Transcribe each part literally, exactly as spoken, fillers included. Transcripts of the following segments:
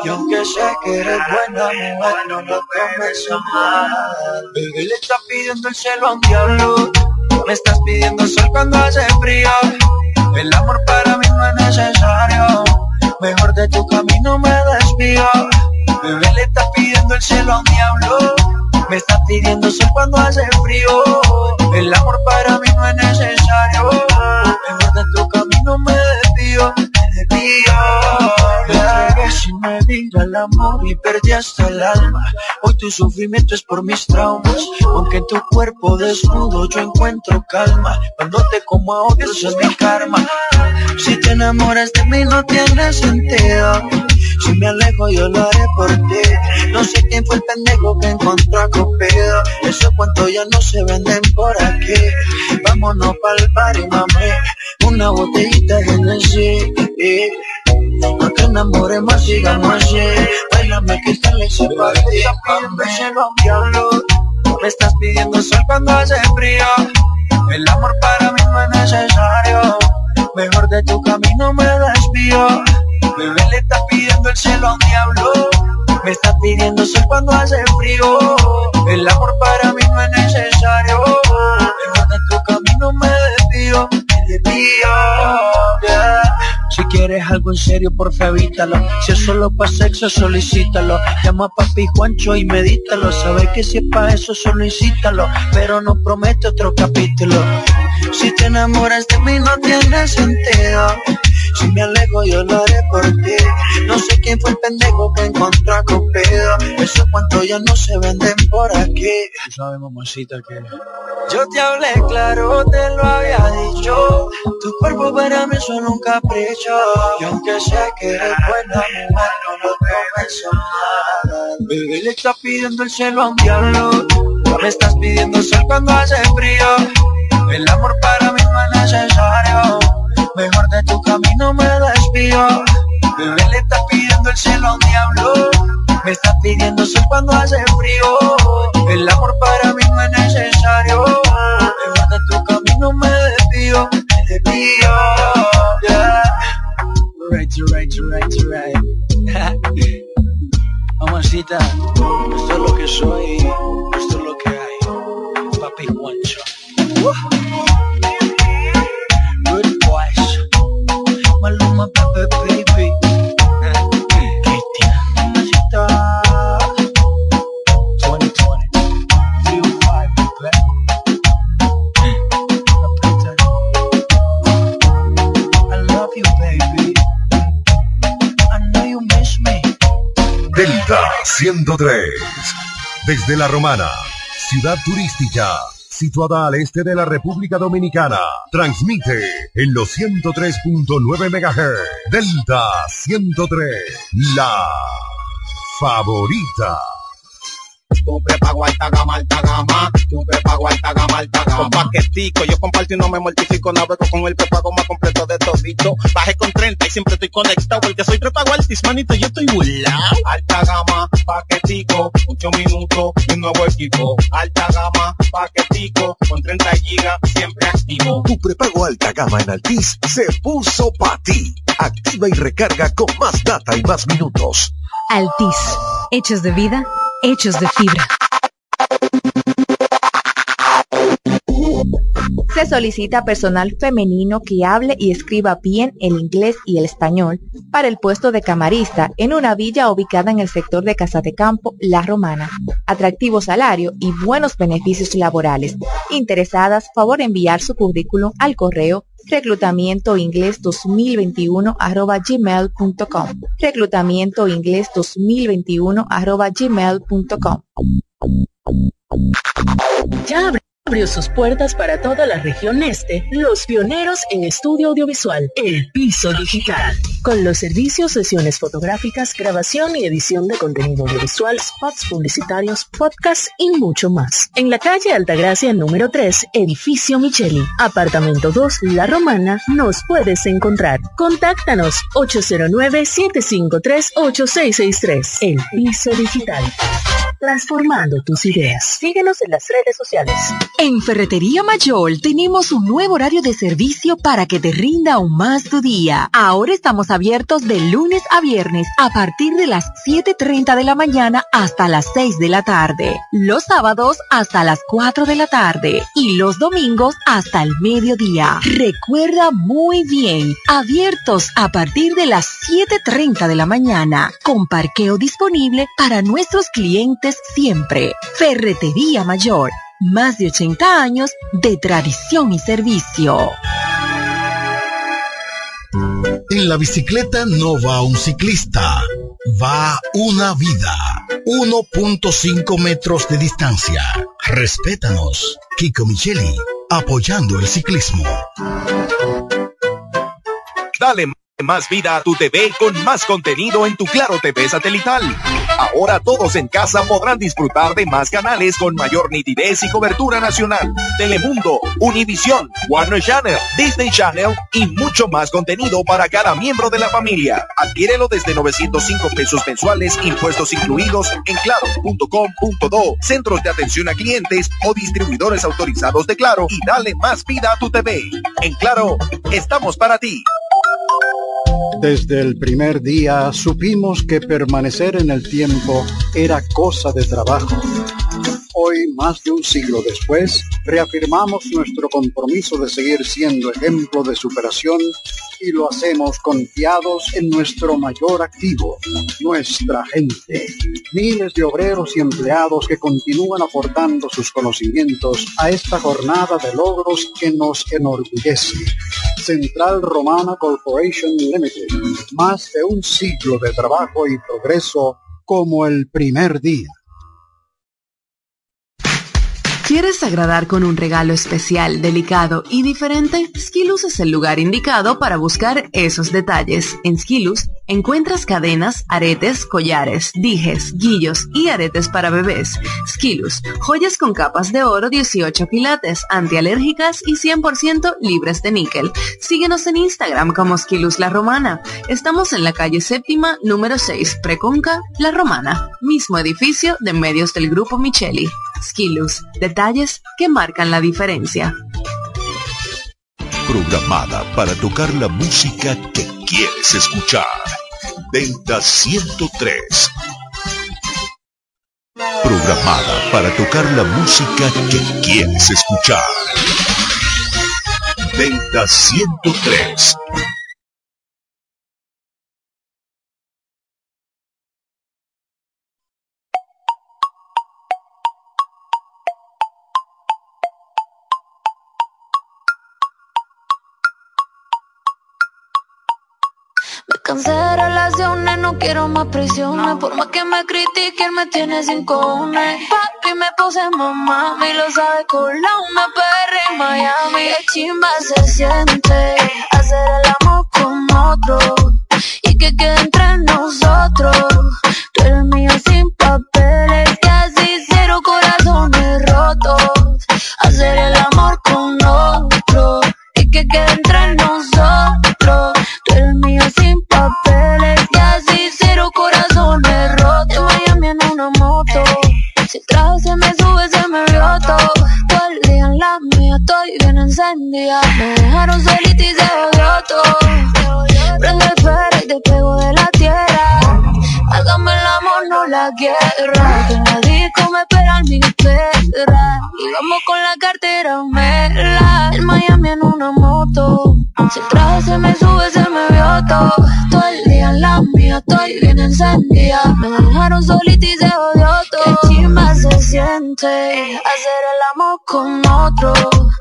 Y aunque sé que eres buena mujer, no lo tomes a mal. Bebé, le estás pidiendo el cielo a un diablo. Me estás pidiendo sol cuando hace frío. El amor para mí no es necesario. Mejor de tu camino me desvío. Bebé, le estás pidiendo el cielo a un diablo. Me estás pidiendo sol cuando hace frío. El amor para mí no es necesario. Mejor de tu camino me desvío. Me desvío. Me entregué sin medir al amor y perdí hasta el alma. Hoy tu sufrimiento es por mis traumas. Aunque en tu cuerpo desnudo yo encuentro calma. Cuando te como a otros es mi karma. Si te enamoras de mí no tiene sentido. Si me alejo yo lo haré por ti. No sé quién fue el pendejo que encontró a Cupido. Esos cuantos ya no se venden por aquí. Vámonos pa'l party, mami. Una botellita de Genesis. No te enamores más, sigamos así. Bailame que esta lección para ti. Me estás pidiendo sol cuando hace frío. El amor para mí no es necesario. Mejor de tu camino me desvío. Bebé, le estás pidiendo el cielo a un diablo. Me estás pidiendo sol cuando hace frío. El amor para mí no es necesario. Mejor de tu camino me desvío. Me desvío, yeah. Si quieres algo en serio, porfa evítalo. Si es solo pa' sexo, solicítalo. Llama a papi Juancho y medítalo. Sabes que si es pa' eso, solo incítalo. Pero no promete otro capítulo. Si te enamoras de mí no tiene sentido. Si me alejo yo lo haré por ti. No sé quién fue el pendejo que encontró a Cupido. Esos cuantos ya no se venden por aquí. Tú sabes, mamacita, que yo te hablé claro, te lo había dicho. Tu cuerpo para mí es solo un capricho. Y aunque sé que eres buena mujer, no lo tomes a mal. Bebé, le estás pidiendo el cielo a un diablo. Me estás pidiendo sol cuando hace frío. El amor para mí no es necesario. Mejor de tu camino me desvío. Bebé, le estás pidiendo el cielo a un diablo. Me estás pidiendo sol cuando hace frío. El amor para mí no es necesario. Mejor de tu camino me desvío. Me desvío, yeah. Right, right, right, right. Mamacita, esto es lo que soy, esto es lo que hay. Papi Juancho. Uh. Good boys. Maluma, Pepe, baby. Cristian, mamacita. veinte veinte. three oh five, baby. I love you, baby. I know you miss me. Delta ciento tres. Desde La Romana, ciudad turística, situada al este de la República Dominicana, transmite en los ciento tres punto nueve megahertz. Delta ciento tres, la favorita. Tu prepago alta gama, alta gama. Tu prepago alta gama, alta gama. Con paquetico, yo comparto y no me mortifico. Navego con el prepago más completo de todito. Bajé con treinta y siempre estoy conectado. Porque soy prepago altis, manito, yo estoy burlao. Alta gama, paquetico, ocho minutos y un nuevo equipo. Alta gama, paquetico, con treinta gigas, siempre activo. Tu prepago alta gama en Altis se puso pa' ti. Activa y recarga con más data y más minutos. Altis, hechos de vida, hechos de fibra. Se solicita personal femenino que hable y escriba bien el inglés y el español para el puesto de camarista en una villa ubicada en el sector de Casa de Campo, La Romana. Atractivo salario y buenos beneficios laborales. Interesadas, favor enviar su currículum al correo reclutamientoingles dos mil veintiuno arroba gmail punto com. reclutamientoingles dos mil veintiuno arroba gmail punto com. Ya abrió sus puertas para toda la región este, los pioneros en estudio audiovisual, El Piso Digital. Con los servicios, sesiones fotográficas, grabación y edición de contenido audiovisual, spots publicitarios, podcasts y mucho más. En la calle Altagracia número tres, edificio Micheli, apartamento dos, La Romana, nos puedes encontrar. Contáctanos ocho cero nueve, siete cinco tres, ocho seis seis tres. El Piso Digital. transformando tus ideas. Síguenos en las redes sociales. En Ferretería Mayor tenemos un nuevo horario de servicio para que te rinda aún más tu día. Ahora estamos abiertos de lunes a viernes a partir de las siete y treinta de la mañana hasta las seis de la tarde. Los sábados hasta las cuatro de la tarde y los domingos hasta el mediodía. Recuerda muy bien, abiertos a partir de las siete y treinta de la mañana, con parqueo disponible para nuestros clientes siempre. Ferretería Mayor, más de ochenta años de tradición y servicio. En la bicicleta no va un ciclista, va una vida. uno punto cinco metros de distancia. Respétanos. Kiko Micheli, apoyando el ciclismo. Dale más vida a tu T V con más contenido en tu Claro T V satelital. Ahora todos en casa podrán disfrutar de más canales con mayor nitidez y cobertura nacional. Telemundo, Univisión, Warner Channel, Disney Channel y mucho más contenido para cada miembro de la familia. Adquiérelo desde novecientos cinco pesos mensuales, impuestos incluidos, en claro punto com punto do, centros de atención a clientes o distribuidores autorizados de Claro, y dale más vida a tu T V. En Claro, estamos para ti. Desde el primer día supimos que permanecer en el tiempo era cosa de trabajo. Hoy, más de un siglo después, reafirmamos nuestro compromiso de seguir siendo ejemplo de superación y lo hacemos confiados en nuestro mayor activo, nuestra gente. Miles de obreros y empleados que continúan aportando sus conocimientos a esta jornada de logros que nos enorgullece. Central Romana Corporation Limited, más de un siglo de trabajo y progreso como el primer día. ¿Quieres agradar con un regalo especial, delicado y diferente? Skilus es el lugar indicado para buscar esos detalles. En Skilus encuentras cadenas, aretes, collares, dijes, guillos y aretes para bebés. Skilus, joyas con capas de oro dieciocho quilates, antialérgicas y cien por ciento libres de níquel. Síguenos en Instagram como Skilus La Romana. Estamos en la calle séptima, número seis, Preconca, La Romana. Mismo edificio de medios del Grupo Micheli. Skilus, detalles que marcan la diferencia. Programada para tocar la música que quieres escuchar. Delta ciento tres. Programada para tocar la música que quieres escuchar. Delta ciento tres. Cansé de relaciones, no quiero más prisiones. Por más que me critiquen, me tiene sin cojones. Papi, me puse mamá, y lo sabe Colombia, P R en Miami. Qué chimba se siente hacer el amor con otro y que quede entre nosotros. Tú eres mío sin papeles y así cero corazones rotos. Hacer el amor con otro y que quede entre nosotros. Tú eres mío sin papeles y así cero corazones rotos. De Miami en una moto, si el traje se me sube se me vio todo. Todo el día en la mía estoy bien encendida. Me dejaron solita y se odió todo. Prende el ferro y te pego de la tierra. Hágame el amor, no la guerra. Que en la disco me esperan mis perras. Y vamos con la cartera mela. En Miami en una moto, si el traje se me sube se me vio todo. Todo el día en la mía estoy bien encendida. Me dejaron solita y se odió todo. Qué chimba se siente hacer el amor con otro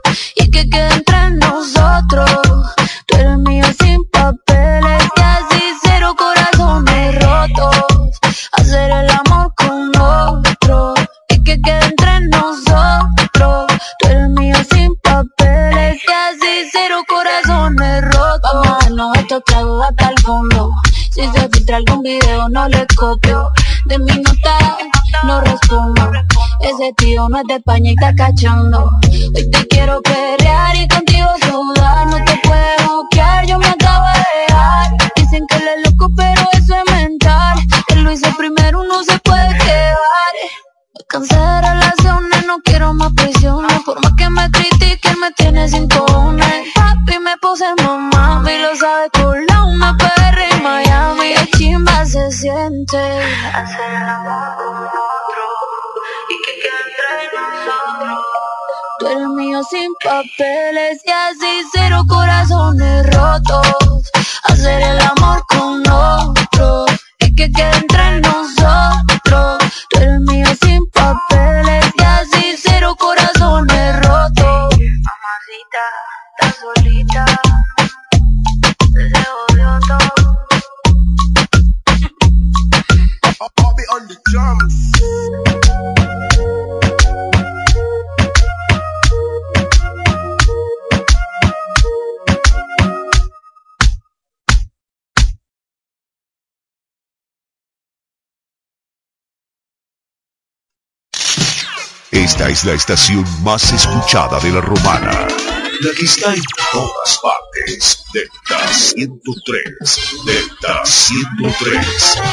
y que quede entre nosotros. Tú eres mío sin papeles y así cero corazones rotos. Hacer el amor con otro y que quede entre nosotros. Tú eres mío sin papeles y así cero corazones rotos. Vamos a darnos estos tragos hasta el fondo. Si se filtra algún video no le copio. De mi nota no respondo. Ese tío no es de España y está cachando. Hoy te quiero perrear y contigo sudar. No te puedes bloquear, yo me acabo de dejar. Dicen que él es loco pero eso es mental. Él lo hizo primero, no se puede quedar. cansé de relaciones, no quiero más prisiones. Por más que me critiquen, me tiene sin cojones. Papi, me puse mamá, y lo sabe Colao, me perre en Miami. Qué chimba se siente hacer el amor con otro y que quede entre nosotros. Tú eres mío sin papeles y así cero corazones rotos. Hacer el amor con otro y que quede entre nosotros. Tú eres mío sin papeles y así cero corazones rotos. Mamacita, estás solita, deseo de otro. Bobby on the drums. Esta es la estación más escuchada de la Romana, la que está en todas partes. Delta ciento tres, Delta ciento tres.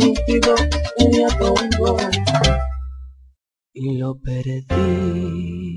Y lo perdí.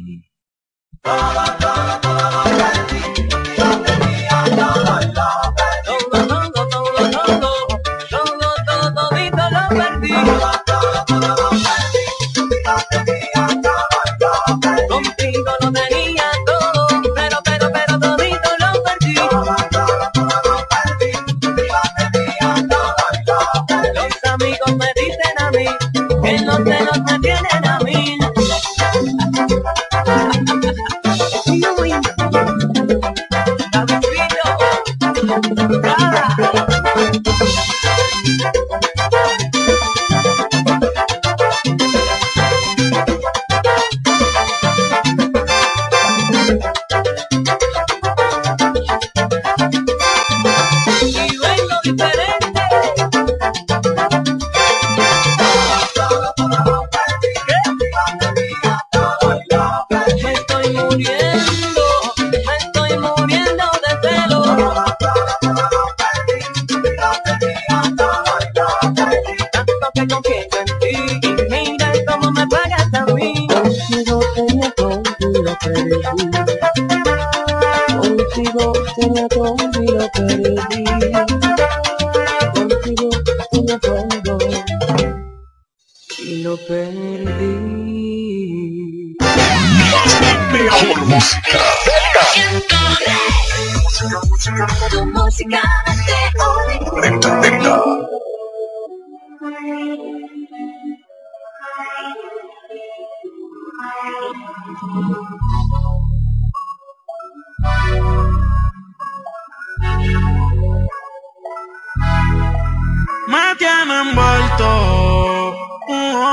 Contigo tenía todo y lo perdí. Contigo tenía todo y lo perdí. Mejor música. Música, música, tu música de hoy. Recta, recta. Me tiene envuelto, oh,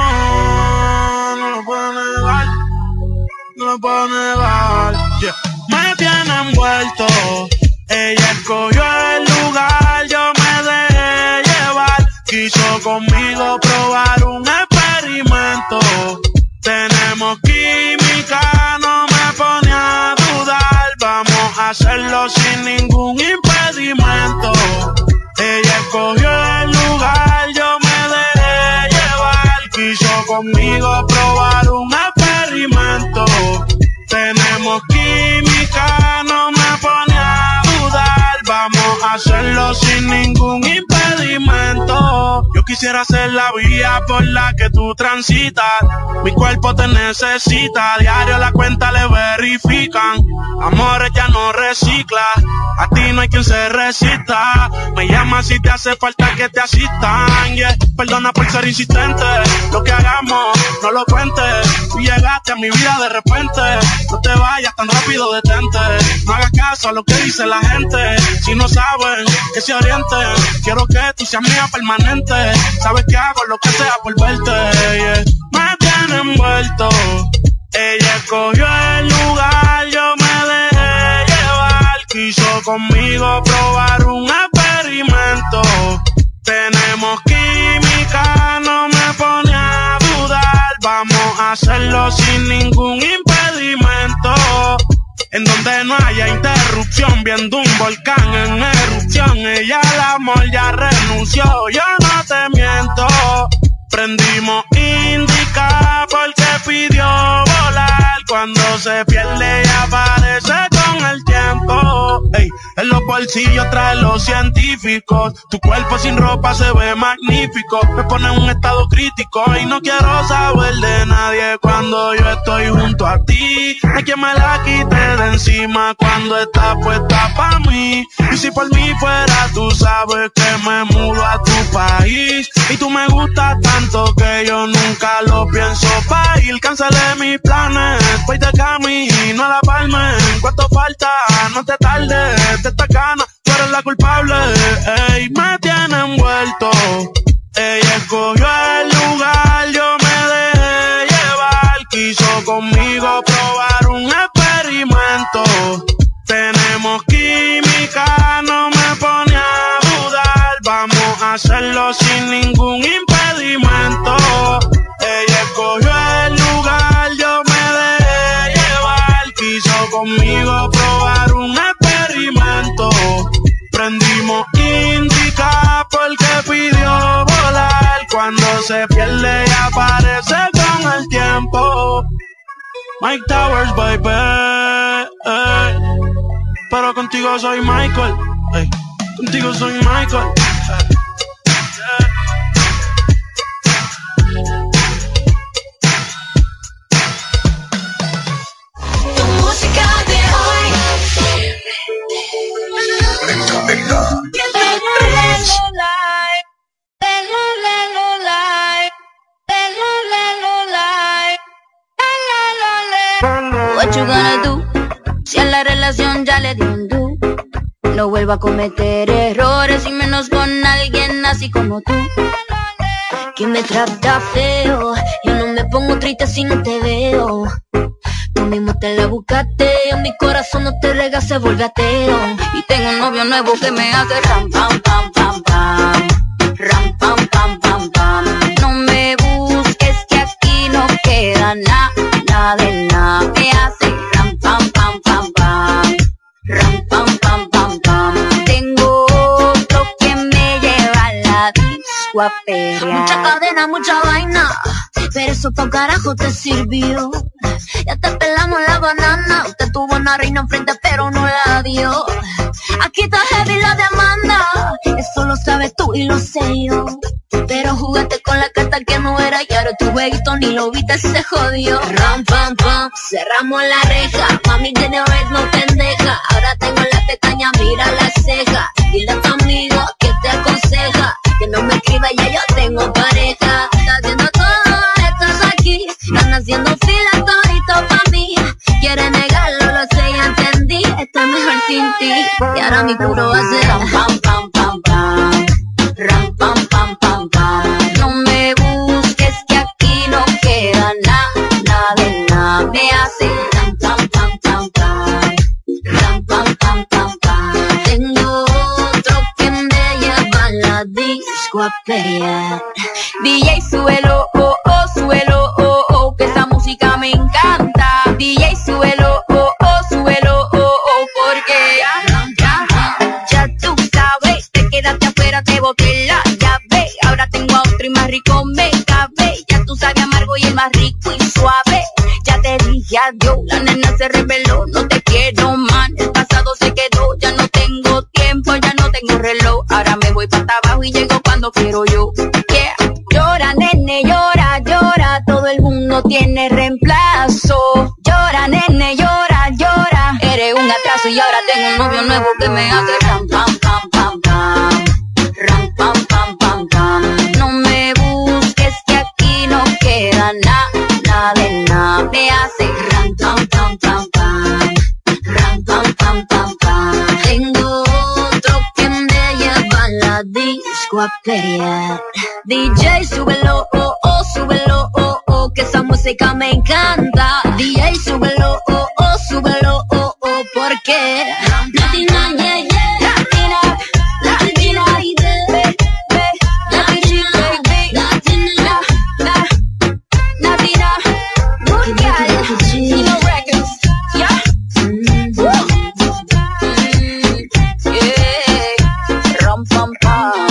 no lo puedo negar, no lo puedo negar, yeah. Me tiene envuelto, ella escogió el lugar, yo me dejé llevar, quiso conmigo probar un experimento, tenemos química, no me pone a dudar, vamos a hacerlo sin ningún impedimento. Ella escogió el lugar, yo me dejé llevar, quiso conmigo probar un experimento. Tenemos química, no me pone a dudar, vamos a hacerlo sin ningún impedimento. Yo quisiera ser la vía por la que tú transitas, mi cuerpo te necesita, diario la cuenta le verifican, amores ya no recicla, a ti no hay quien se resista, me llama si te hace falta que te asistan, yeah. Perdona por ser insistente, lo que hagamos no lo cuentes, tú llegaste a mi vida de repente, no te vayas tan rápido, detente, no hagas caso a lo que dice la gente, si no saben que se orienten, quiero que tú seas mía permanente, sabes que hago lo que sea por verte, yeah. Me tiene envuelto, ella escogió el lugar, yo me dejé llevar, quiso conmigo probar un experimento, tenemos química, no me pone a dudar, vamos a hacerlo sin ningún impedimento, en donde no haya interrupción, viendo un volcán en erupción, ella al amor ya renunció, yo no te miento, prendimos indica porque pidió volar, cuando se pierde y aparece con el tiempo, ey, en los bolsillos trae los científicos, tu cuerpo sin ropa se ve magnífico, me pone en un estado crítico y no quiero saber de nadie cuando yo estoy junto a ti, hay quien me la quite de encima cuando está puesta pa' mí, y si por mí fuera tú sabes que me mudo a tu país, y tú me gustas tanto que yo nunca lo pienso pa' ir, cancelé mis planes, voy de camino a la palma, cuánto falta, no te tardes, de esta cana, tú eres la culpable, ey, me tiene envuelto, ella escogió el lugar, yo me dejé llevar, quiso conmigo probar un experimento, tenemos química, no me pone a dudar, vamos a hacerlo sin ningún impedimento, ella escogió el lugar, yo me dejé llevar, quiso conmigo probar un experimento, prendimos indica porque pidió volar, cuando se pierde y aparece con el tiempo, Mike Towers, baby, ey. Pero contigo soy Michael, ey. Contigo soy Michael, ey. Yeah. Tu música de hoy. Recta, recta. What you gonna do? Si a la relación ya le dio un do, no vuelva a cometer errores y menos con alguien así como tú, que me trata feo. Yo no me pongo triste si no te veo. Tú mismo te la buscaste, en mi corazón no te rega, se vuelve ateo. Y tengo un novio nuevo que me hace ram pam pam pam pam, ram pam pam pam pam. No me busques que aquí no queda nada, nada de nada. Me hace ram pam pam pam pam, ram pam pam pam pam. Tengo otro que me lleva a la disco disco a perrear. Mucha cadena, mucha vaina, pero eso pa' carajo te sirvió. Ya te pelamos la banana, usted tuvo una reina enfrente pero no la dio. Aquí está heavy la demanda, eso lo sabes tú y lo sé yo. Pero jugaste con la carta que no era y ahora tu jueguito ni lo viste, se jodió. Ram, pam, pam, cerramos la reja, mami tiene red, no pendeja. Ahora tengo la pestaña, mira la ceja. Dile a tu amigo que te aconseja que no me escriba, ya yo tengo pareja. Estás haciendo todo, estás aquí, están haciendo fila todito pa' mí. Quiere negarlo, lo sé, ya entendí. Estoy mejor sin ti y ahora mi puro va a ser ram, pam, pam, pam, pam. Ram, pam, pam, pam, pam. No me busques que aquí no queda nada, nada de nada. Me hace ram, pam, pam, pam, pam. Ram, pam, pam, pam, pam. Tengo otro que me lleva a la disco a pelear. D J súbelo, oh, oh, súbelo, oh, oh, que esa música me encanta. D J súbelo, oh, oh, súbelo, oh, oh, porque ya tú sabes, te quedaste afuera, te boté la llave. Ahora tengo a otro y más rico me cabe. Ya tú sabes amargo y el más rico y suave. Ya te dije adiós, la nena se reveló, no te quiero más. El pasado se quedó, ya no tengo tiempo, ya no tengo reloj. Ahora me voy para abajo y llego cuando quiero yo. Yeah. Llora, nene, llora, llora, todo el mundo tiene reemplazo. Llora, nene, llora, llora, eres un atraso y ahora tengo un novio nuevo que me hace ram, pam, pam, pam, pam. Ram, pam, pam, pam, pam. No me busques que aquí no queda nada, nada de nada. Me hace ram, pam, pam, pam, pam. Ram, pam, pam, pam, pam. Tengo otro que me lleva a la disco a pelear. D J súbelo, oh, oh, súbelo, oh, oh, que esa música me encanta. D J súbelo, oh, oh, súbelo, oh, oh, porque Latina, yeah, yeah, Latina, Latina, baby, Latina, baby, Latina, Latina, Mundial, Latino Records, yeah, yeah, ram, pam, pam.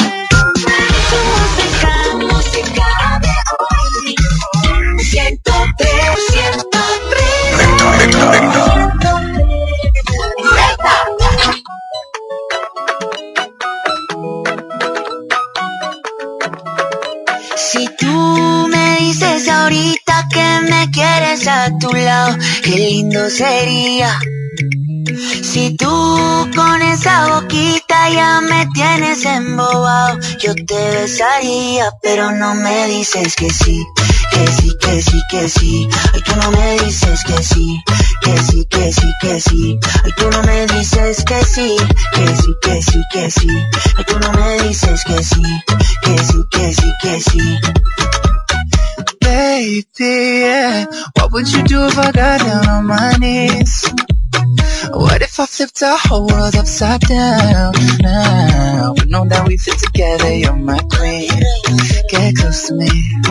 Si tú me dices ahorita que me quieres a tu lado, qué lindo sería. Si tú con esa boquita ya me tienes embobado, yo te besaría, pero no me dices que sí, que sí, que sí, que sí. Ay, tú no me dices que sí, que sí, que sí, que sí. Ay, tú no me dices que sí, que sí, que sí, que sí. Ay, tú no me dices que sí, que sí, que sí, que sí. Baby, yeah, what would you do if I got down on my knees? What if I flipped our whole world upside down now? We know that we fit together, you're my queen. Get close to me.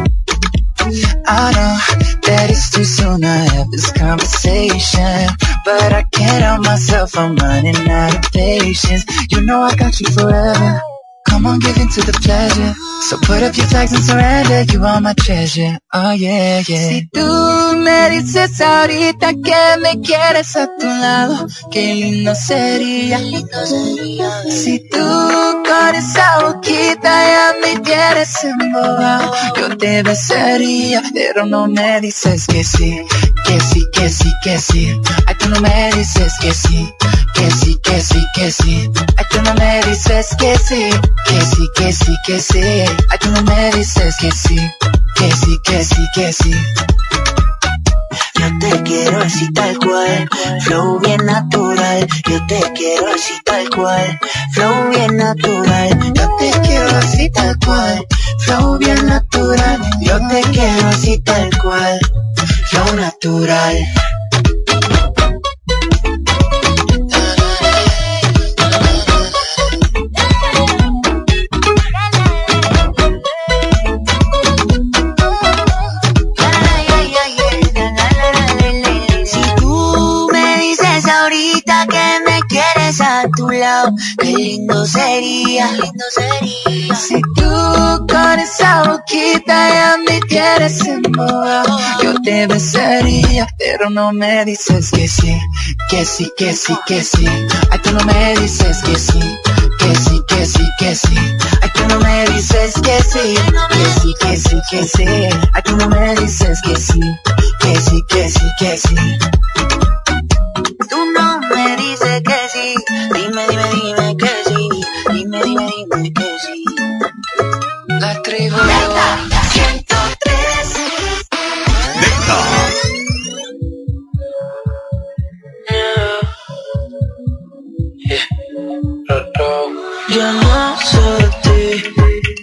I know that it's too soon to have this conversation, but I can't help myself, I'm running out of patience. You know I got you forever. Come on, give in to the pleasure. So put up your flags and surrender. You are my treasure. Oh yeah, yeah. Si tú me dices ahorita que me quieres a tu lado, qué lindo sería. Si tú con esa boquita ya me tienes embobado, yo te besaría, pero no me dices que sí, que sí, que sí, que sí. Ay, tú no me dices que sí, que sí, que sí, que sí. Ay, tú no me dices que sí, que sí, que sí, que sí. Ay, tú no me dices que sí, que sí, que sí, que sí. Yo te quiero así tal cual, flow bien natural. Yo te quiero así tal cual, flow bien natural. Yo te quiero así tal cual, flow bien natural. Yo te quiero así tal cual, flow natural. Si tú me dices ahorita que me quieres a tu lado, qué lindo sería, lindo sería. Si tú con esa boquita ya me tienes embobado, yo te besaría, pero no me dices que sí, que sí, que sí, que sí. Ay, tú no me dices que sí, que sí, que sí, que sí. Ay, tú no me dices que sí, que sí, que sí, que sí. Ay, tú no me dices que sí, que sí, que sí, que sí. Tú no me dices que sí, dime, dime, dime que sí, dime, dime, dime que sí. La tribu ciento tres. Delta. Ya no sé de ti,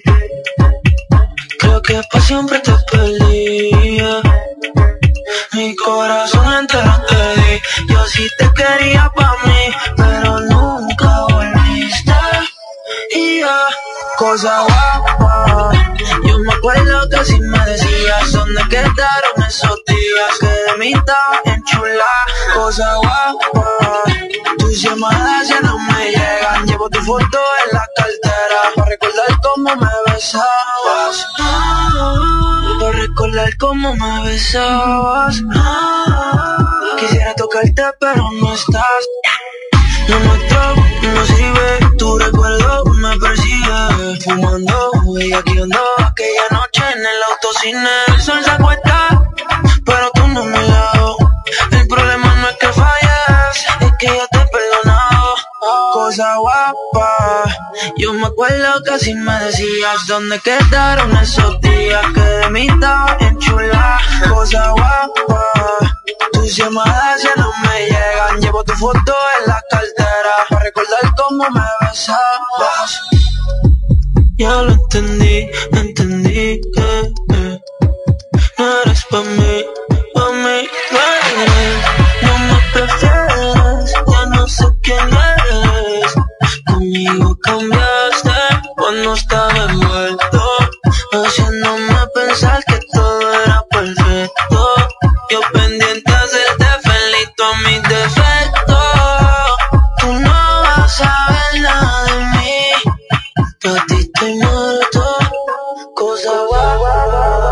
creo que para siempre te perdí. Mi corazón entero te di, yo sí te quería pa' mí, pero nunca volviste. Y ya, cosa guapa, yo me acuerdo que si me decías dónde quedaron esos días que de mí estaba enchulada. Cosa guapa, tus llamadas ya no me llegan, llevo tu foto en la cartera para recordar cómo me besabas, para recordar cómo me besabas. Quisiera tocarte pero no estás. Lo nuestro no sirve, tu recuerdo me persigue. Fumando y aquí ando aquella noche en el autocine. El sol se acuesta, pero tú no me lado. El problema no es que falles, es que yo te he perdonado. Cosa guapa, yo me acuerdo que así me decías dónde quedaron esos días que de mí estaba enchulada. Cosa guapa, tus llamadas ya no me llegan, llevo tu foto en la cartera para recordar cómo me besabas. Ya lo entendí, entendí que eh, no eres pa' mí, pa' mí no eres. No me prefieres, ya no sé quién eres. Conmigo cambiaste cuando estaba envuelto, haciéndome pensar que todo era perfecto. Yo pendiente a hacerte feliz a mis defectos. Tú no vas a ver nada de mí, pa' ti estoy muerto. Cosa guapa.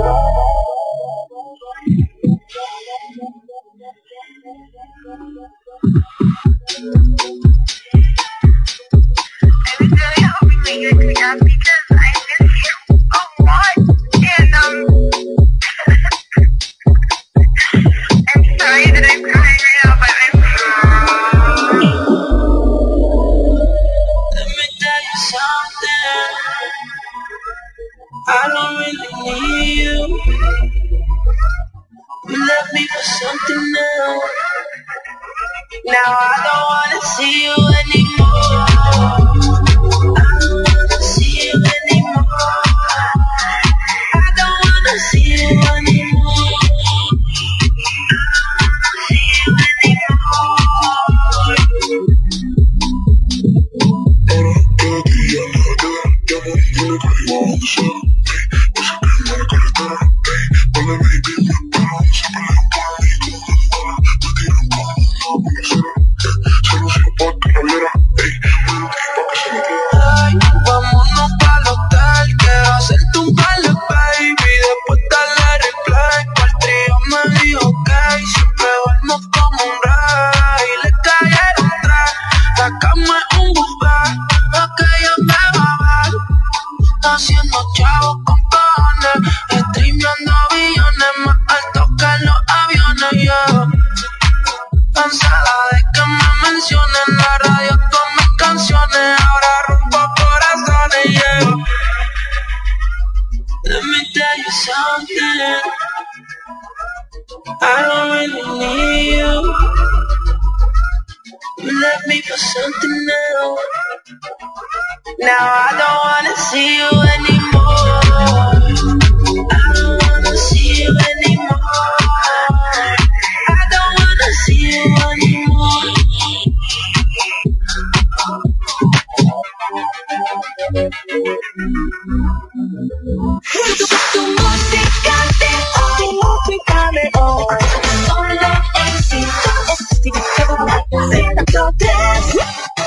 I don't really need you. You left me for something else. Now I don't wanna see you anymore. I don't wanna see you anymore. I don't wanna see you anymore. Ay, vámonos pa'l hotel, quiero hacerte un par de baby, después darle replay. Pa'l trío me dijo que siempre duermo como un rey. Le cayeron tres, la cama es un buffet, aquella me va a ver haciendo chavos con cojones, streameando billones más altos que los aviones. Yeah. Cansada de que me mencionen en la radio con mis canciones, ahora rompo corazones. Yeah. Let me tell you something, I don't really need you. You left me for something else. Now I don't wanna see you anymore. I don't wanna see you anymore. I don't wanna see you anymore. Tu música de hoy, música de hoy, solo éxito, éxito, ciento tres.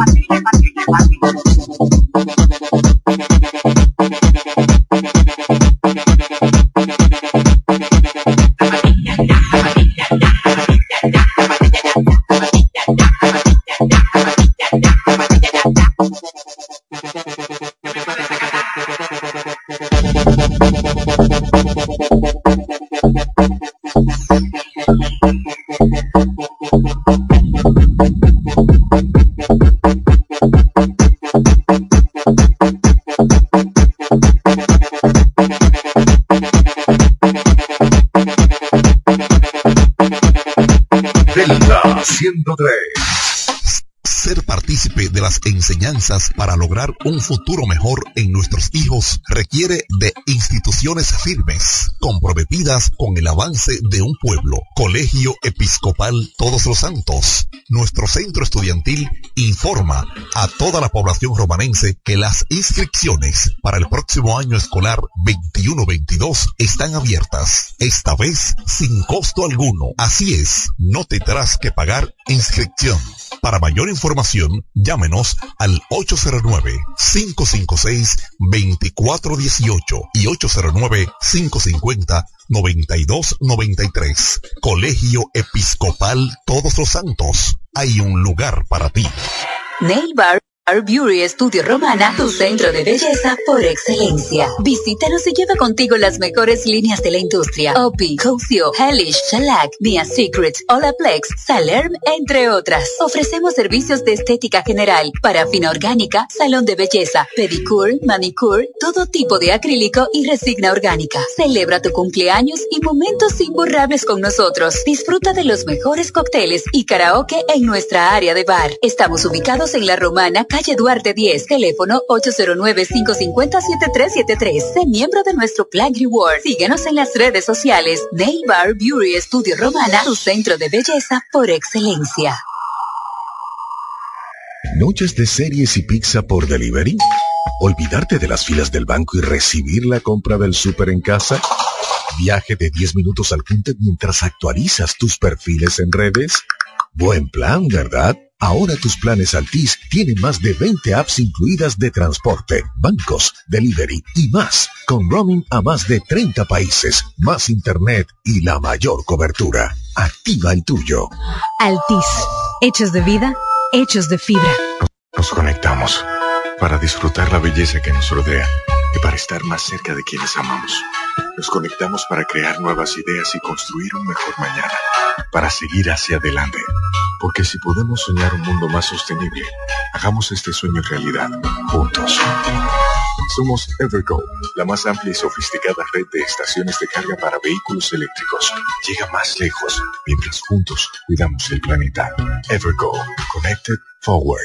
ciento tres. Ser partícipe de las enseñanzas para lograr un futuro mejor en nuestros hijos requiere de instituciones firmes, comprometidas con el avance de un pueblo. Colegio Episcopal Todos los Santos. Nuestro centro estudiantil informa a toda la población romanense que las inscripciones para el próximo año escolar veintiuno veintidós están abiertas, esta vez sin costo alguno. Así es, no tendrás que pagar inscripción. Para mayor información, llámenos al ocho cero nueve, cinco cinco seis, dos cuatro uno ocho y ocho cero nueve, cinco cinco cero, nueve dos nueve tres. Colegio Episcopal Todos los Santos. Hay un lugar para ti. Nail Bar Our Beauty Estudio Romana, tu centro de belleza por excelencia. Visítanos y lleva contigo las mejores líneas de la industria. O P, Cosio, Hellish, Shellac, Mia Secrets, Olaplex, Salerm, entre otras. Ofrecemos servicios de estética general, parafina orgánica, salón de belleza, pedicure, manicure, todo tipo de acrílico y resina orgánica. Celebra tu cumpleaños y momentos imborrables con nosotros. Disfruta de los mejores cócteles y karaoke en nuestra área de bar. Estamos ubicados en La Romana, calle Duarte diez, teléfono ocho cero nueve, cinco cinco cero, siete tres siete tres. Sé miembro de nuestro Plan Reward. Síguenos en las redes sociales. Nail Bar Beauty Estudio Romana, tu centro de belleza por excelencia. ¿Noches de series y pizza por delivery? ¿Olvidarte de las filas del banco y recibir la compra del súper en casa? ¿Viaje de diez minutos al Punta mientras actualizas tus perfiles en redes? Buen plan, ¿verdad? Ahora tus planes Altis tienen más de veinte apps incluidas de transporte, bancos, delivery y más, con roaming a más de treinta países, más internet y la mayor cobertura. Activa el tuyo. Altis, hechos de vida, hechos de fibra. Nos conectamos para disfrutar la belleza que nos rodea y para estar más cerca de quienes amamos. Nos conectamos para crear nuevas ideas y construir un mejor mañana, para seguir hacia adelante. Porque si podemos soñar un mundo más sostenible, hagamos este sueño realidad, juntos. Somos Evergo, la más amplia y sofisticada red de estaciones de carga para vehículos eléctricos. Llega más lejos, mientras juntos cuidamos el planeta. Evergo, Connected Forward.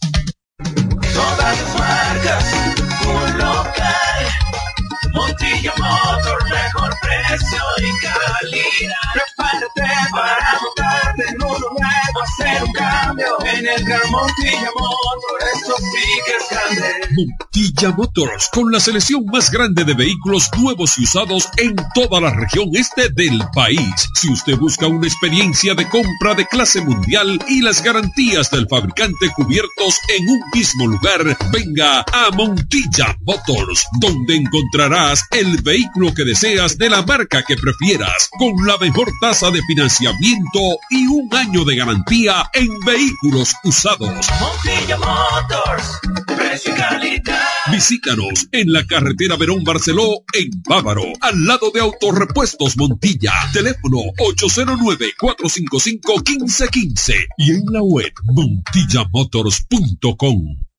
Todas las marcas, un local. Montilla Motor, mejor precio y calidad. Prepárate para montarte en uno nuevo, hacer un cambio en el gran Montilla Motor. Esto sí que es grande. Montilla Motors, con la selección más grande de vehículos nuevos y usados en toda la región este del país. Si usted busca una experiencia de compra de clase mundial y las garantías del fabricante cubiertos en un mismo lugar, venga a Montilla Motors, donde encontrará el vehículo que deseas de la marca que prefieras, con la mejor tasa de financiamiento y un año de garantía en vehículos usados. Montilla Motors, precio y calidad. Visítanos en la carretera Verón Barceló, en Bávaro, al lado de Autorepuestos Montilla. Teléfono ocho cero nueve, cuatro cinco cinco, uno cinco uno cinco y en la web montilla motors punto com.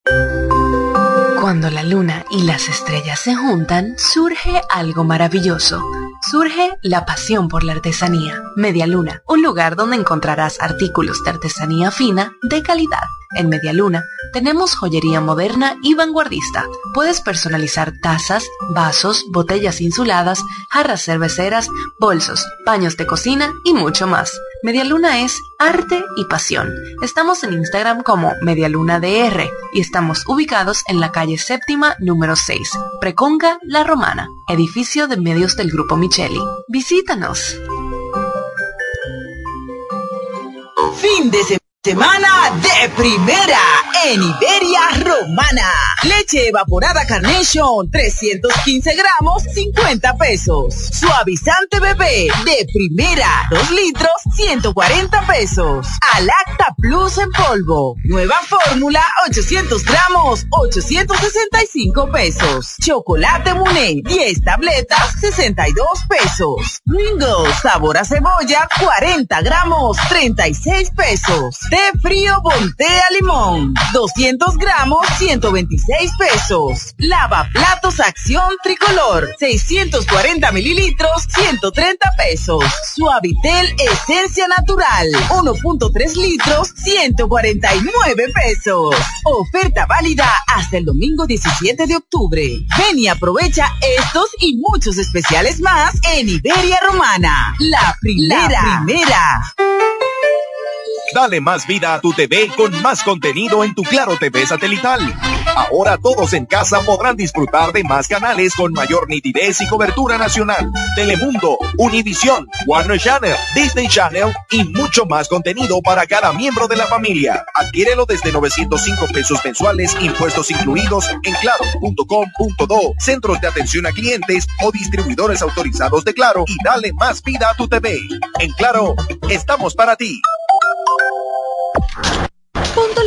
Cuando la luna y las estrellas se juntan, surge algo maravilloso. Surge la pasión por la artesanía. Media Luna, un lugar donde encontrarás artículos de artesanía fina de calidad. En Media Luna tenemos joyería moderna y vanguardista. Puedes personalizar tazas, vasos, botellas insuladas, jarras cerveceras, bolsos, paños de cocina y mucho más. Media Luna es arte y pasión. Estamos en Instagram como Medialuna D R y estamos ubicados en la calle séptima número seis, Preconga, La Romana, edificio de medios del Grupo Micheli. Visítanos. Fin de semana. Semana de primera en Iberia Romana. Leche evaporada Carnation, trescientos quince gramos, cincuenta pesos. Suavizante bebé de primera, dos litros, ciento cuarenta pesos. Alacta Plus en polvo. Nueva fórmula, ochocientos gramos, ochocientos sesenta y cinco pesos. Chocolate Muné, diez tabletas, sesenta y dos pesos. Pringles, sabor a cebolla, cuarenta gramos, treinta y seis pesos. Té frío Voltea Limón, doscientos gramos, ciento veintiséis pesos. Lavaplatos Acción Tricolor, seiscientos cuarenta mililitros, ciento treinta pesos. Suavitel Esencia Natural, uno punto tres litros, ciento cuarenta y nueve pesos. Oferta válida hasta el domingo diecisiete de octubre. Ven y aprovecha estos y muchos especiales más en Iberia Romana. La primera. La primera. Dale más vida a tu T V con más contenido en tu Claro T V satelital. Ahora todos en casa podrán disfrutar de más canales con mayor nitidez y cobertura nacional. Telemundo, Univisión, Warner Channel, Disney Channel y mucho más contenido para cada miembro de la familia. Adquiérelo desde novecientos cinco pesos mensuales, impuestos incluidos en claro punto com punto do, centros de atención a clientes o distribuidores autorizados de Claro, y dale más vida a tu T V. En Claro, estamos para ti. Punto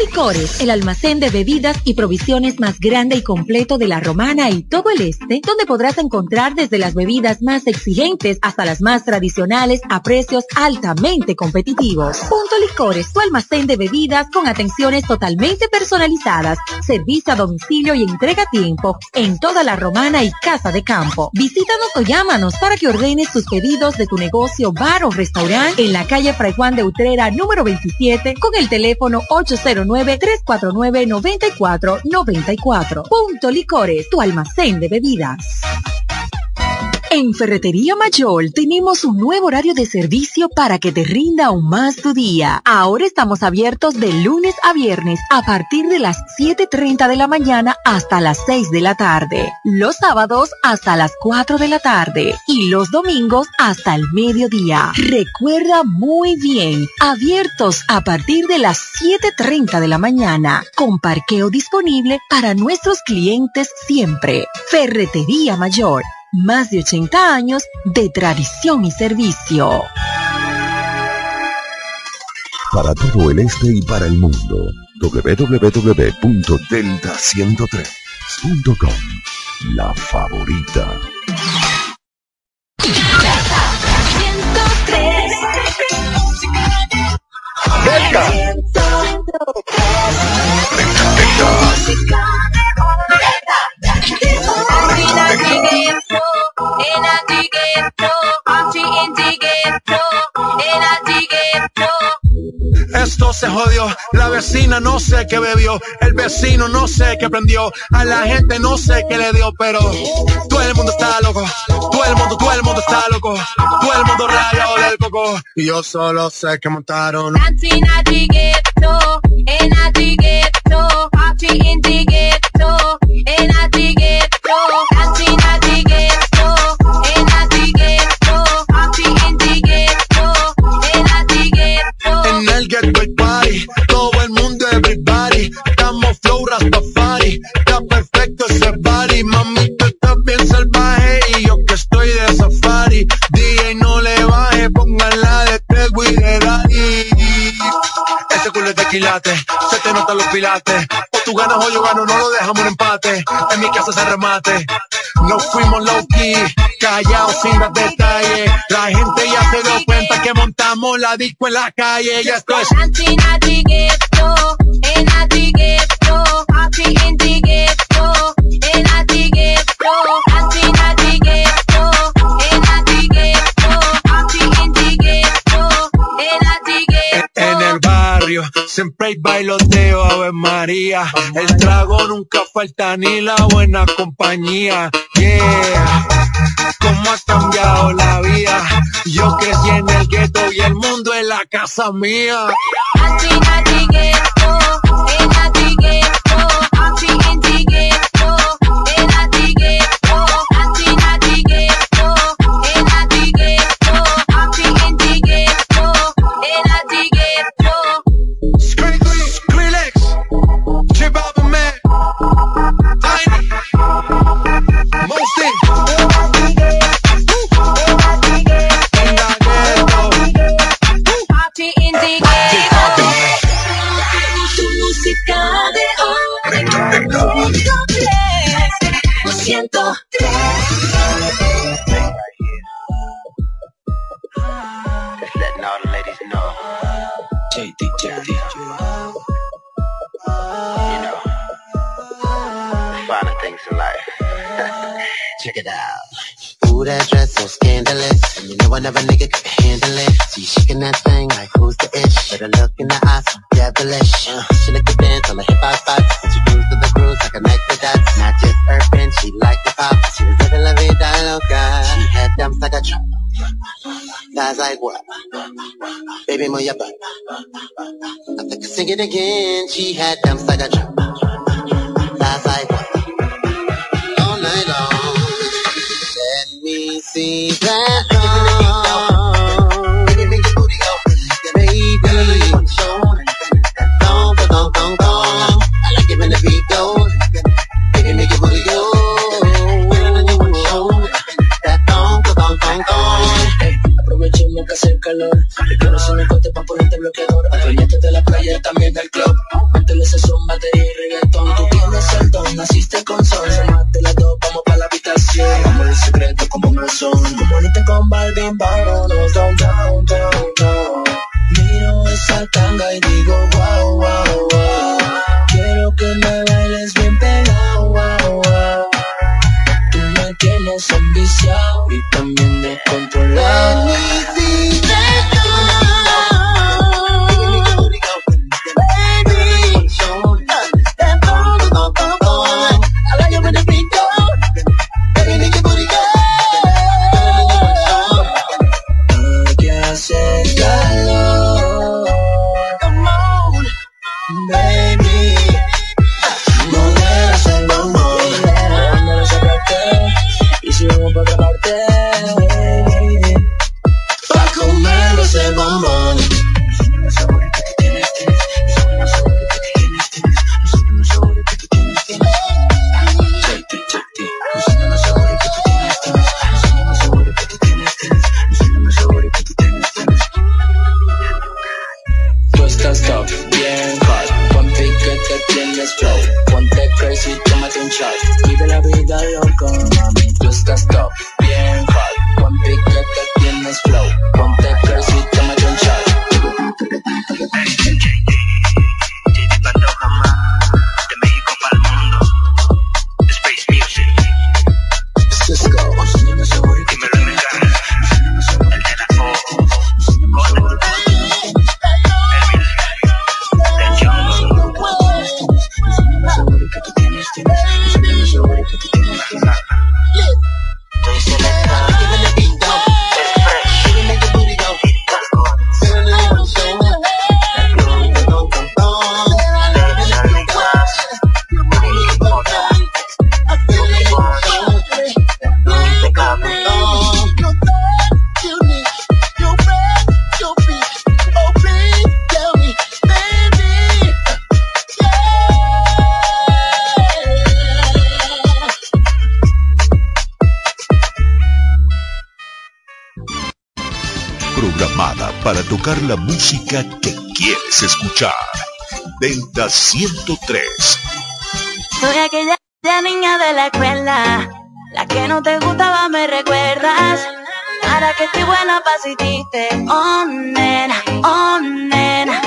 Licores, el almacén de bebidas y provisiones más grande y completo de La Romana y todo el este, donde podrás encontrar desde las bebidas más exigentes hasta las más tradicionales a precios altamente competitivos. Punto Licores, tu almacén de bebidas con atenciones totalmente personalizadas, servicio a domicilio y entrega a tiempo en toda La Romana y Casa de Campo. Visítanos o llámanos para que ordenes tus pedidos de tu negocio, bar o restaurante en la calle Fray Juan de Utrera número veintisiete con el teléfono ocho cero nueve, tres cuatro nueve, nueve cuatro nueve cuatro. Punto Licores, tu almacén de bebidas. En Ferretería Mayor tenemos un nuevo horario de servicio para que te rinda aún más tu día. Ahora estamos abiertos de lunes a viernes a partir de las siete treinta de la mañana hasta las seis de la tarde. Los sábados hasta las cuatro de la tarde y los domingos hasta el mediodía. Recuerda muy bien, abiertos a partir de las siete treinta de la mañana, con parqueo disponible para nuestros clientes siempre. Ferretería Mayor. Más de ochenta años de tradición y servicio. Para todo el este y para el mundo, doble u doble u doble u punto delta ciento tres punto com. La favorita. Delta. Esto se jodió, la vecina no sé qué bebió, el vecino no sé qué prendió, a la gente no sé qué le dio, pero todo el mundo está loco, todo el mundo, todo el mundo está loco, todo el mundo rayado del coco, y yo solo sé que montaron. En el ghetto hay party, todo el mundo, everybody, estamos flow Rastafari, está perfecto ese body, mami tú estás bien salvaje y yo que estoy de safari, D J no le baje, pónganla de Tego y de Daddy. Ese culo es de quilate, se te notan los pilates, o tú ganas o yo gano, no lo dejamos en empate, en mi casa se remate. Nos fuimos low key, callados sin dar detalles. La gente ya se dio cuenta que montamos la disco en la calle. Ya esto es en el barrio, siempre hay bailoteo, Ave María. El trago nunca falta ni la buena compañía. Yeah, cómo ha cambiado la vida. Yo crecí en el gueto y el mundo es la casa mía. Just letting all the ladies know. J D, J D. You know, the finer things in life. Check it out. Ooh, that dress so scandalous, and you know another nigga could handle it. She shaking that thing like who's the ish? But her look in the eyes so devilish. Uh, she like to dance on the hip hop spots, and she moves to the grooves like a neck to dots. Not just urban, she liked the pop. She was living la vida loca. She had dumps like a truck. Guys like what? Baby, move your butt. I think I sing it again. She had dumps like a truck. Guys like what? All night long. Let me see that long. Baby, make your booty go. Baby, dong, dong, dong, dong. I like it when the beat goes. Baby, make your booty go. That dong, dong, dong, dong. Aprovechemos que hace calor. Te quiero sin el cote pa' ponerte bloqueador. Adueñate de la playa y también del club. Métele corazón. Muy bonita con Barbie, vámonos down, down, down, down. Miro esa tanga y digo wow, wow, wow. Quiero que me bailes bien pegado, wow, wow. Tú me tienes ambiciado y también descontrolado. Para tocar la música que quieres escuchar. Delta ciento tres. Soy aquella niña de la escuela, la que no te gustaba, me recuerdas. Ahora que estoy buena pa' asistirte, oh nena, oh nena.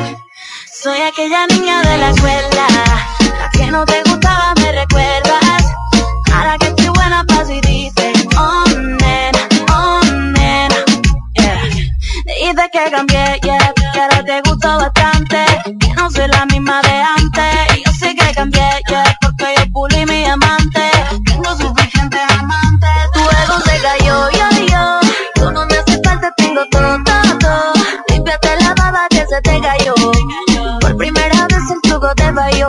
Soy aquella niña de la escuela, la que no te gustaba, me recuerdas. Ahora que estoy buena pa' asistirte, oh nena, oh nena. Dijiste que cambié, yeah, que ahora te gustó bastante, que no soy la misma de antes. Y yo sé que cambié, yeah, porque yo pulí mi amante. Tengo suficientes amantes. Tu ego se cayó, yo, yo. Tú no me hace falta, tengo todo, todo, todo. Límpiate la baba que se te cayó. Por primera vez el truco te falló.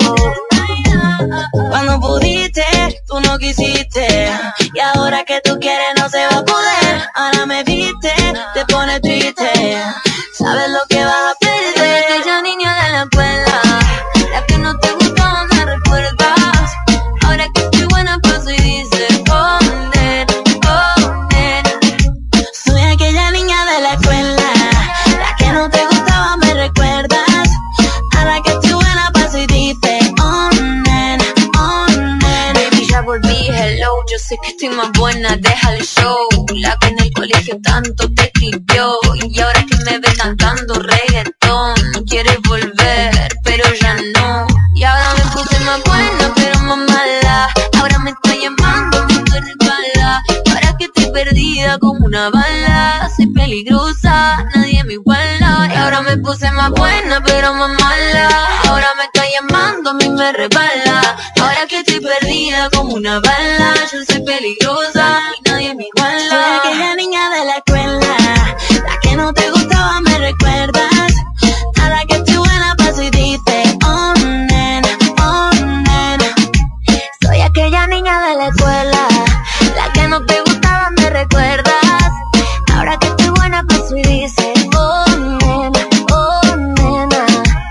Cuando pudiste, tú no quisiste. Y ahora que tú quieres no se va a poder. Ahora me viste, te pone triste. Sabes lo que vas a perder. Aquella niña de la escuela, la que no te gustaba, me recuerdas. Ahora que estoy buena paso y dices, oh nena, oh nena. Soy aquella niña de la escuela, la que no te gustaba, me recuerdas. Ahora que estoy buena paso y dices, oh nena, oh nena. Baby, ya volví, hello. Yo sé que estoy más buena, deja el show. La que en el colegio tanto te escribió. Y ahora que me ves cantando reggaetón, quieres volver, pero ya no. Y ahora me puse más buena, pero más mala. Ahora me está llamando, me estoy resbala. Ahora que estoy perdida como una bala. Soy peligrosa, nadie me iguala. Y ahora me puse más buena, pero más mala. Ahora me está llamando, a mí me resbala. Ahora que estoy perdida como una bala. Yo soy peligrosa y nadie me iguala. Soy aquella niña de la escuela, la que no te gustaba, me recuerdas. Ahora que estoy buena paso y dices, oh nena, oh nena. Soy aquella niña de la escuela, la que no te gustaba, me recuerdas. Ahora que estoy buena paso y dices, oh nena, oh nena.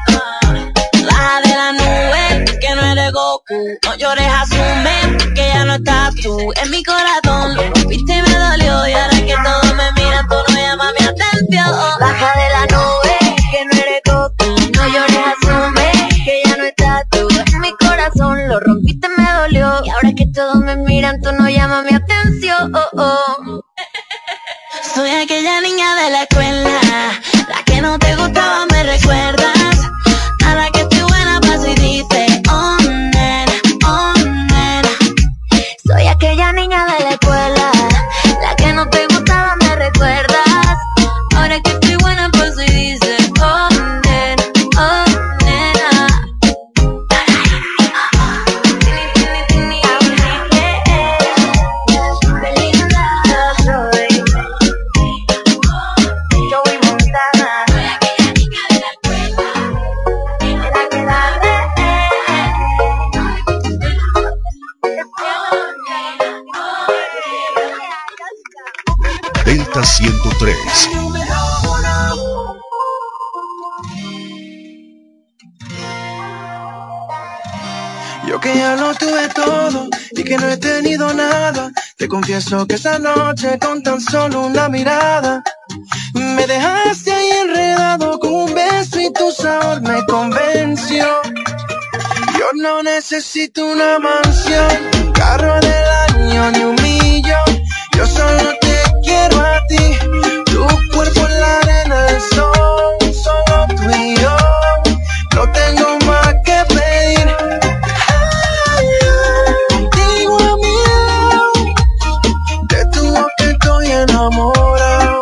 Baja de la nube, que no eres Goku. No llores, asume que ya no estás tú. En mi corazón lo rompiste y me dolió. Y ahora que todos me miran, tú no llamas mi atención. Baja de la nube, que no eres Goku. No llores, asume que ya no estás tú. En mi corazón lo rompiste, me dolió. Y ahora que todos me miran, tú no llamas mi atención. Oh, oh. Soy aquella niña de la escuela, la que no te gustaba, me recuerdas. Ahora que estoy buena paso y dice, oh nena, oh nena. Soy aquella niña de la escuela, la que no te gustaba, me recuerdas. Ahora que estoy buena paso y dice, oh nena, oh nena. Delta ciento tres. Yo que ya lo tuve todo y que no he tenido nada, te confieso que esa noche con tan solo una mirada me dejaste ahí enredado con un beso y tu sabor me convenció. Yo no necesito una mansión, un carro del año ni un millón. Yo solo te quiero a ti, tu cuerpo en la arena del sol, solo tú y yo. No tengo más que pedir. Contigo a mi lado, de tu boca estoy enamorado.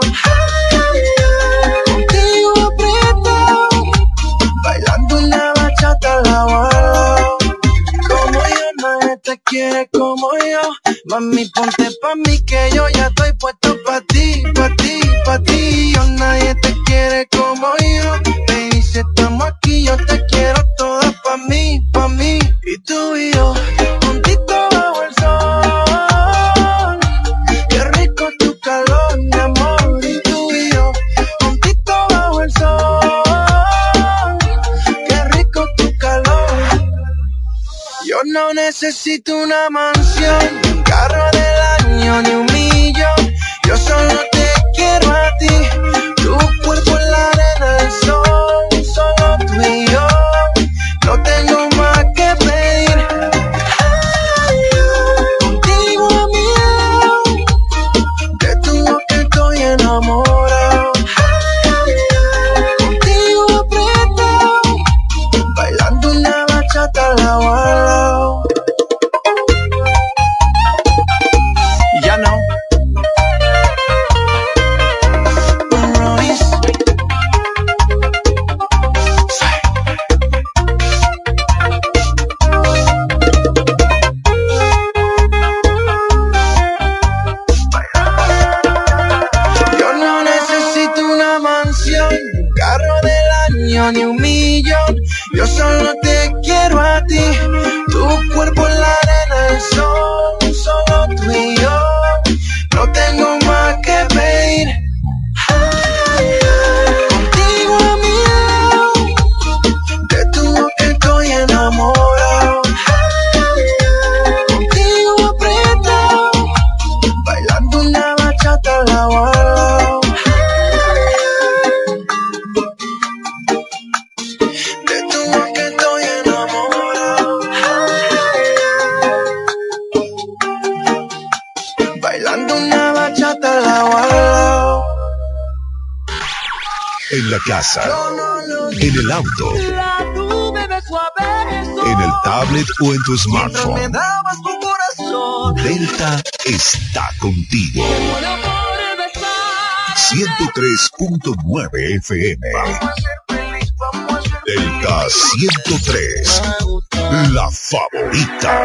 Contigo apretado, bailando una bachata la balao. Como yo nadie te quiere como yo. Mami, ponte pa' mí que yo ya estoy puesto pa' ti, pa' ti, pa' ti. Yo nadie te quiere como yo. Baby, si estamos aquí, yo te quiero toda pa' mí, pa' mí. Y tú y yo, juntito bajo el sol. Qué rico tu calor, mi amor. Y tú y yo, juntito bajo el sol. Qué rico tu calor. Yo no necesito una mansión, un carro del año ni un millón. Yo solo te quiero a ti, tu cuerpo en la arena del sol, solo tú y yo. No tengo más que pedir. Contigo a mi lado, de tu boca estoy enamorado. Contigo apretado, bailando una bachata la balao. Ya no. Royce. Yo no necesito una mansión, un carro del año ni un millón. Yo solo te quiero a ti, tu cuerpo en la arena del sol, solo tú y yo. No tengo más que pedir. Contigo a mi lado, de tu boca estoy enamorado. Contigo apretado, bailando una bachata la balao. De tu boca estoy enamorado. Bailando una bachata la balao. En la casa, en el auto, en el tablet o en tu smartphone. Delta está contigo. ciento tres punto nueve F M. Delta ciento tres, la favorita.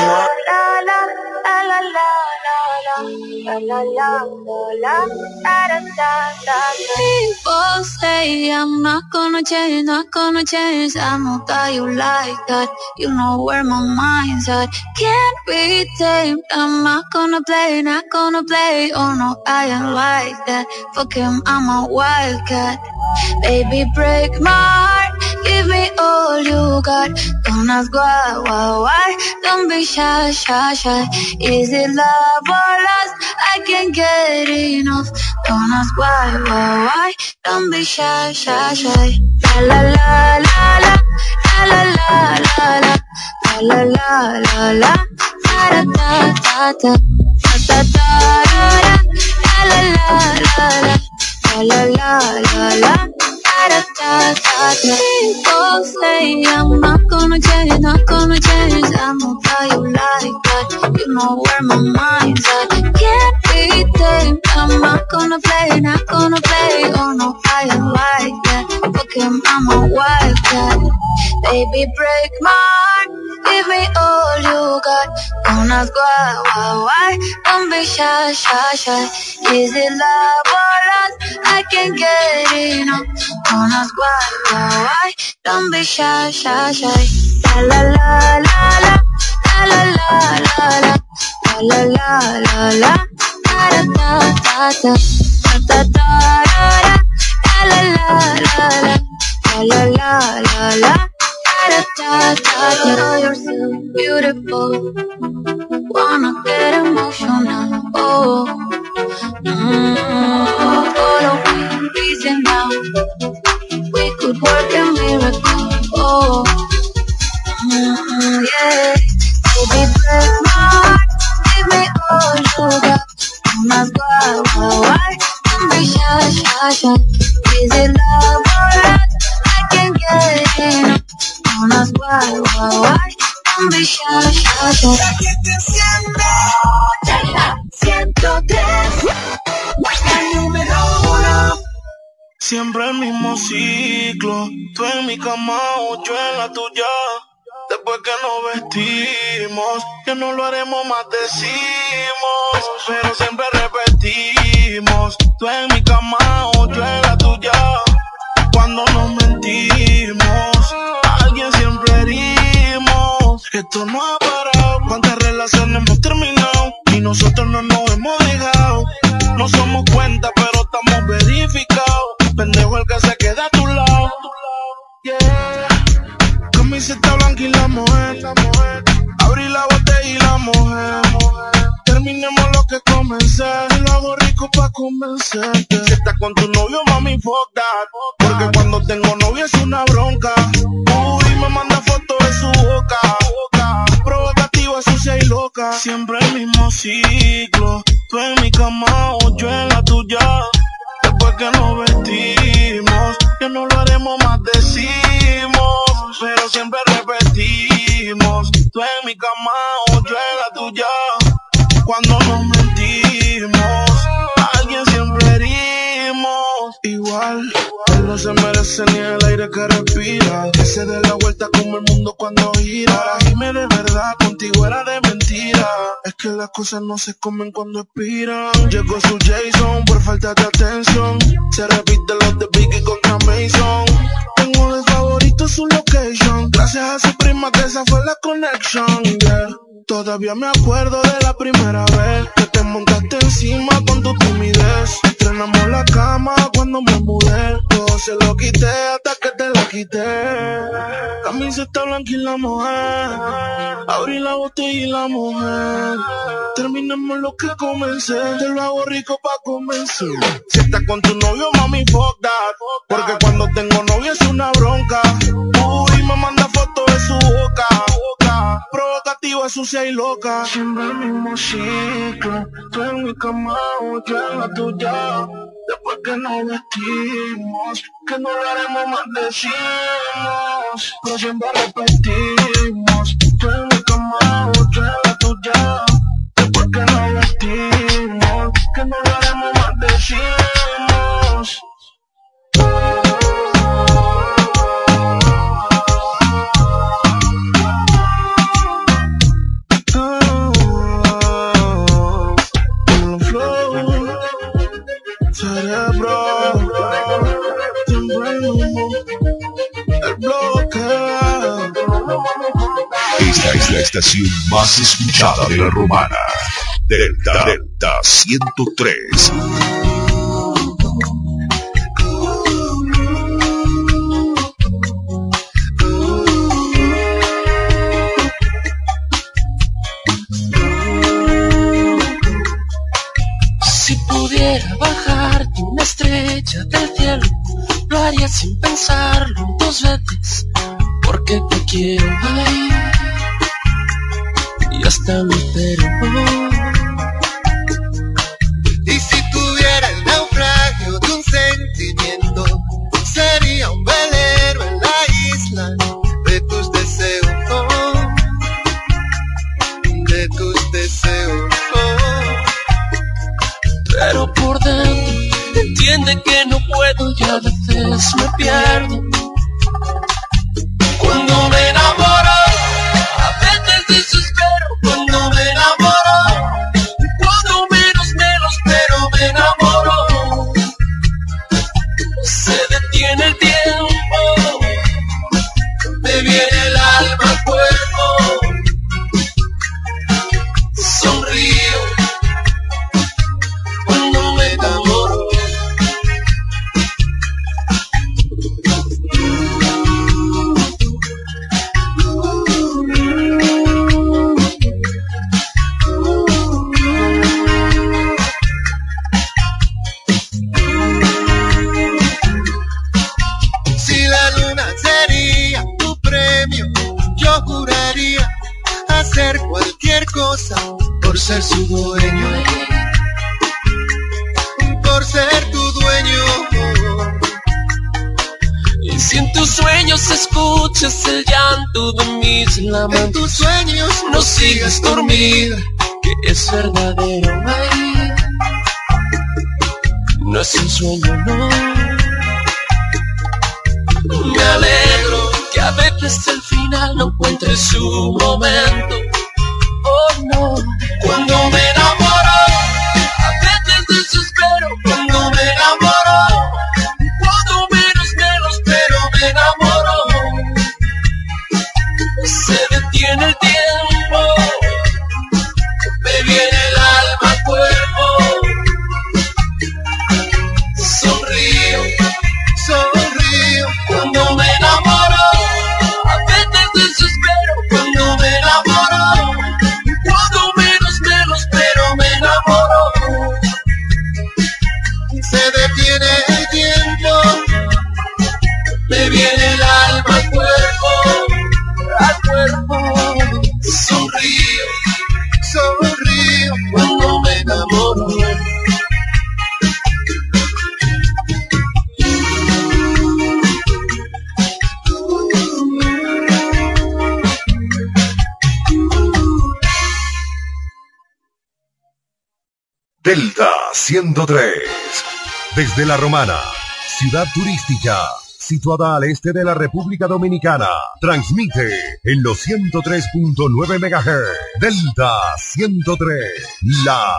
People say I'm not gonna change, not gonna change. I know that you like that. You know where my mind's at. Can't be tamed. I'm not gonna play, not gonna play. Oh no, I ain't like that. Fuck him, I'm a wildcat. Baby, break my heart. Give me all you got. Don't ask why, why, why. Don't be shy, shy, shy. Is it love or lust? I can't get enough. Don't ask why, why, why. Don't be shy, shy, shy. La la la la la. La la la la la. La la la la la. Da da da da da. Da da da da da. La la la la la la la. People say I'm not gonna change, not gonna change. I'm not how you like that. You know where my mind's at. Can't be tamed. I'm not gonna play, not gonna play. Oh no, I don't like that. Okay, I'm a wildcat. Baby, break my heart. Give me all you got. Don't ask why, why, why. Don't be shy, shy, shy. Is it love or lust? I can't get enough. Don't ask why, why, why. Don't be shy, shy, shy. La la la la la. La la la la la. La la la la la. Da da da da. Da da da da. La la la la la. La la la la. Da da da da. You're so beautiful. Wanna get emotional. Oh. Mm-hmm. Follow me, reason now. We could work a miracle. Oh. Mm-hmm, yeah. Baby, break my heart. Give me all you got. Don't ask why, why, why. Don't be shy, shy, shy. Is it love or not? I can't get enough. Don't ask why, why, why. Don't be shy, shy, shy. La que te enciende. ciento tres. La número uno. Siempre el mismo ciclo. Tú en mi cama o yo en la tuya. Después que nos vestimos, que no lo haremos más decimos, pero siempre repetimos. Tú en mi cama o yo en la tuya. Cuando nos mentimos, a alguien siempre herimos. Esto no ha parado. Cuántas relaciones hemos terminado y nosotros no nos hemos dejado. No somos cuenta pero estamos verificados. Pendejo el que se queda a tu lado. Yeah. Camiseta blanca y la mujer, la mujer. Abrí la botella y la mujer. Terminemos lo que comencé. Y lo hago rico pa' convencerte. Si estás con tu novio, mami, fuck that. Porque cuando tengo novio es una bronca. Uy, me manda fotos de su boca. Provocativa, sucia y loca. Siempre el mismo ciclo. Tú en mi cama o yo en la tuya. Después que nos vestimos, que no lo haremos más decimos, pero siempre repetimos. Tú en mi cama o yo en la tuya. Cuando nos mentimos, a alguien siempre herimos. Igual, él no se merece ni el aire que respira. Que se dé la vuelta como el mundo cuando gira. Para irme de verdad, contigo era de mentira. Es que las cosas no se comen cuando expiran. Llegó su Jason por falta de atención. Se repite los de Biggie contra Mason. Tengo de favorito su location. Gracias a su prima que esa fue la connection, yeah. Todavía me acuerdo de la primera vez que te montaste encima con tu timidez. Estrenamos la cama cuando me mudé. Todo se lo quité hasta que te la quité. Camiseta blanca y la mujer. Abrí la botella y la mujer. Terminemos lo que comencé. Te lo hago rico pa' convencer. Si estás con tu novio, mami, fuck that. Porque cuando tengo novio es una bronca. Uy, me manda fotos de su boca. Provocativa, sucia y loca. Siempre el mismo ciclo. Tú en mi cama o yo en la tuya. Después que nos vestimos, que no lo haremos más decimos, pero siempre repetimos. Tú en mi cama o yo en la tuya. Después que nos vestimos, que no lo haremos más decimos. Esta es la estación más escuchada de la Romana. Delta, Delta ciento tres. Si pudiera bajarte una estrella del cielo, lo haría sin pensarlo dos veces, porque te quiero ahí y hasta me espero. Y si tuviera el veces me pierdo. Cuando me enamoro, a veces desespero. Cuando me enamoro, cuando menos me lo espero, me enamoro. Se detiene el tiempo, me viene el alma al cuerpo. Sonrío cuando me enamoro. Si la luna sería tu premio, yo juraría hacer cualquier cosa por ser su dueño, por ser tu dueño. Y si en tus sueños escuchas el llanto de mis lamentos, en tus sueños no sigas dormida, que es verdadero, ay, no es un sueño, no. Me alegro que a veces el final no encuentre su momento. Oh no, cuando me enamoro, a veces desespero. Cuando me enamoro, cuando menos me lo espero, me enamoro. Se detiene el tiempo, me viene el alma al cuerpo. Sonrío, sonrío cuando me enamoro. A veces desespero cuando me enamoro. Cuando menos me lo espero, me enamoro. Se detiene el tiempo, me viene el alma al cuerpo, al cuerpo. Sonrío, sonrío cuando me enamoro. Delta ciento tres. Desde La Romana, ciudad turística, situada al este de la República Dominicana, transmite en los ciento tres punto nueve megahertz. Delta ciento tres, la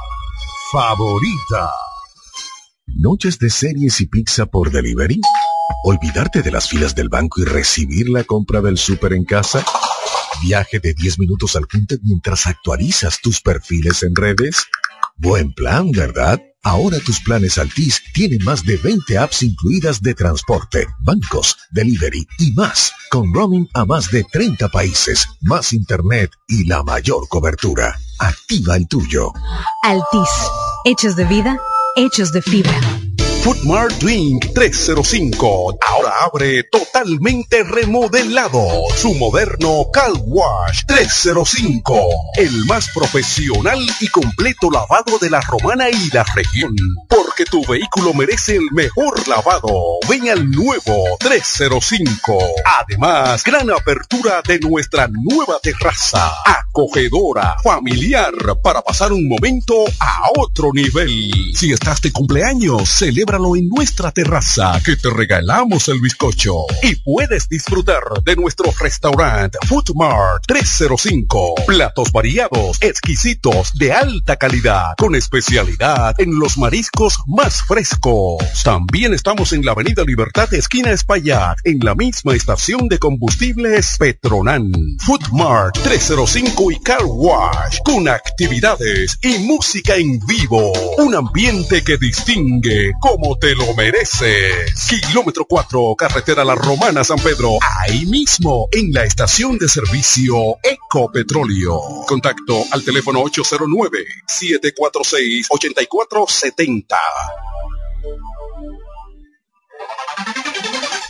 favorita. ¿Noches de series y pizza por delivery? ¿Olvidarte de las filas del banco y recibir la compra del súper en casa? ¿Viaje de diez minutos al Punta mientras actualizas tus perfiles en redes? Buen plan, ¿verdad? Ahora tus planes Altis tienen más de veinte apps incluidas de transporte, bancos, delivery y más, con roaming a más de treinta países, más internet y la mayor cobertura. Activa el tuyo. Altis, hechos de vida, hechos de fibra. Foodmart Drink trescientos cinco ahora abre totalmente remodelado. Su moderno Car Wash trescientos cinco, el más profesional y completo lavado de la Romana y la región. Porque tu vehículo merece el mejor lavado. Ven al nuevo trescientos cinco. Además, gran apertura de nuestra nueva terraza, acogedora, familiar, para pasar un momento a otro nivel. Si estás de cumpleaños, celebra en nuestra terraza, que te regalamos el bizcocho. Y puedes disfrutar de nuestro restaurante Foodmart trescientos cinco. Platos variados, exquisitos, de alta calidad, con especialidad en los mariscos más frescos. También estamos en la Avenida Libertad, esquina Espaillat, en la misma estación de combustibles Petronan. Foodmart trescientos cinco y Car Wash, con actividades y música en vivo. Un ambiente que distingue como te lo mereces. Kilómetro cuatro, carretera La Romana, San Pedro. Ahí mismo, en la estación de servicio Ecopetróleo. Contacto al teléfono ocho cero nueve, siete cuatro seis, ocho cuatro siete cero.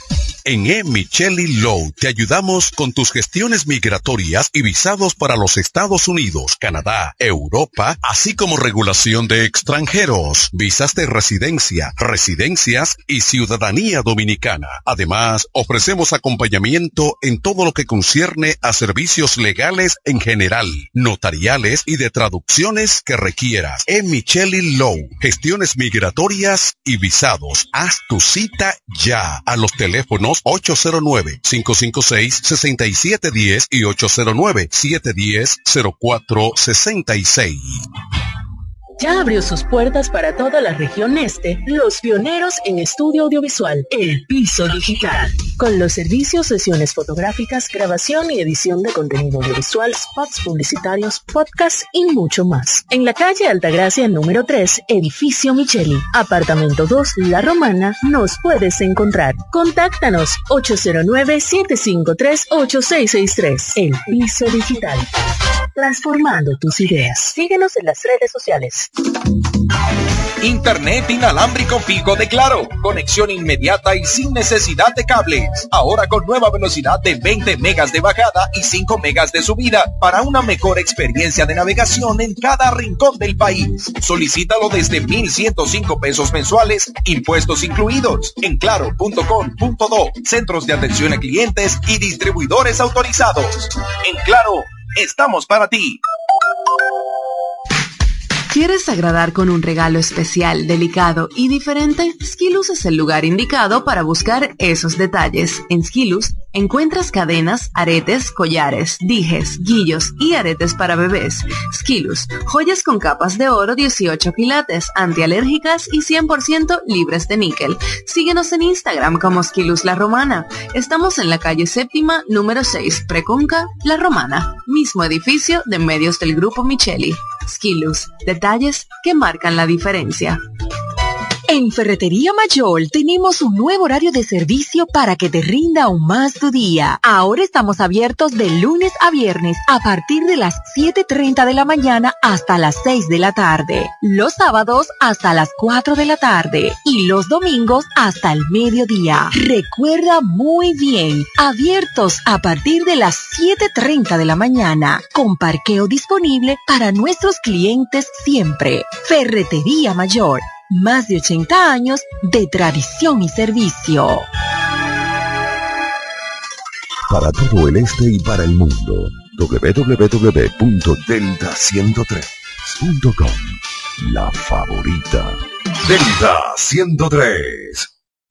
En E. Micheli Law te ayudamos con tus gestiones migratorias y visados para los Estados Unidos, Canadá, Europa, así como regulación de extranjeros, visas de residencia, residencias y ciudadanía dominicana. Además, ofrecemos acompañamiento en todo lo que concierne a servicios legales en general, notariales y de traducciones que requieras. E. Micheli Law, gestiones migratorias y visados. Haz tu cita ya a los teléfonos ocho cero nueve, cinco cinco seis, seis siete uno cero y ocho cero nueve, siete uno cero, cero cuatro seis seis. Ya abrió sus puertas para toda la región este, los pioneros en estudio audiovisual, El Piso Digital. Con los servicios, sesiones fotográficas, grabación y edición de contenido audiovisual, spots publicitarios, podcasts y mucho más. En la calle Altagracia número tres, Edificio Micheli, apartamento dos, La Romana, nos puedes encontrar. Contáctanos ocho cero nueve, siete cinco tres, ocho seis seis tres. El Piso Digital. Transformando tus ideas. Síguenos en las redes sociales. Internet inalámbrico fijo de Claro. Conexión inmediata y sin necesidad de cables. Ahora con nueva velocidad de veinte megas de bajada y cinco megas de subida para una mejor experiencia de navegación en cada rincón del país. Solicítalo desde mil ciento cinco pesos mensuales, impuestos incluidos, en claro punto com punto do, centros de atención a clientes y distribuidores autorizados. En Claro, estamos para ti. ¿Quieres agradar con un regalo especial, delicado y diferente? Skilus es el lugar indicado para buscar esos detalles. En Skilus encuentras cadenas, aretes, collares, dijes, guillos y aretes para bebés. Skilus, joyas con capas de oro dieciocho quilates, antialérgicas y cien por ciento libres de níquel. Síguenos en Instagram como Skilus La Romana. Estamos en la calle séptima, número seis, Preconca, La Romana. Mismo edificio de medios del Grupo Micheli. Skilus, detalles que marcan la diferencia. En Ferretería Mayor tenemos un nuevo horario de servicio para que te rinda aún más tu día. Ahora estamos abiertos de lunes a viernes a partir de las siete treinta de la mañana hasta las seis de la tarde. Los sábados hasta las cuatro de la tarde y los domingos hasta el mediodía. Recuerda muy bien, abiertos a partir de las siete treinta de la mañana, con parqueo disponible para nuestros clientes siempre. Ferretería Mayor. Más de ochenta años de tradición y servicio. Para todo el este y para el mundo, doble u doble u doble u punto delta ciento tres punto com. La favorita. Delta ciento tres.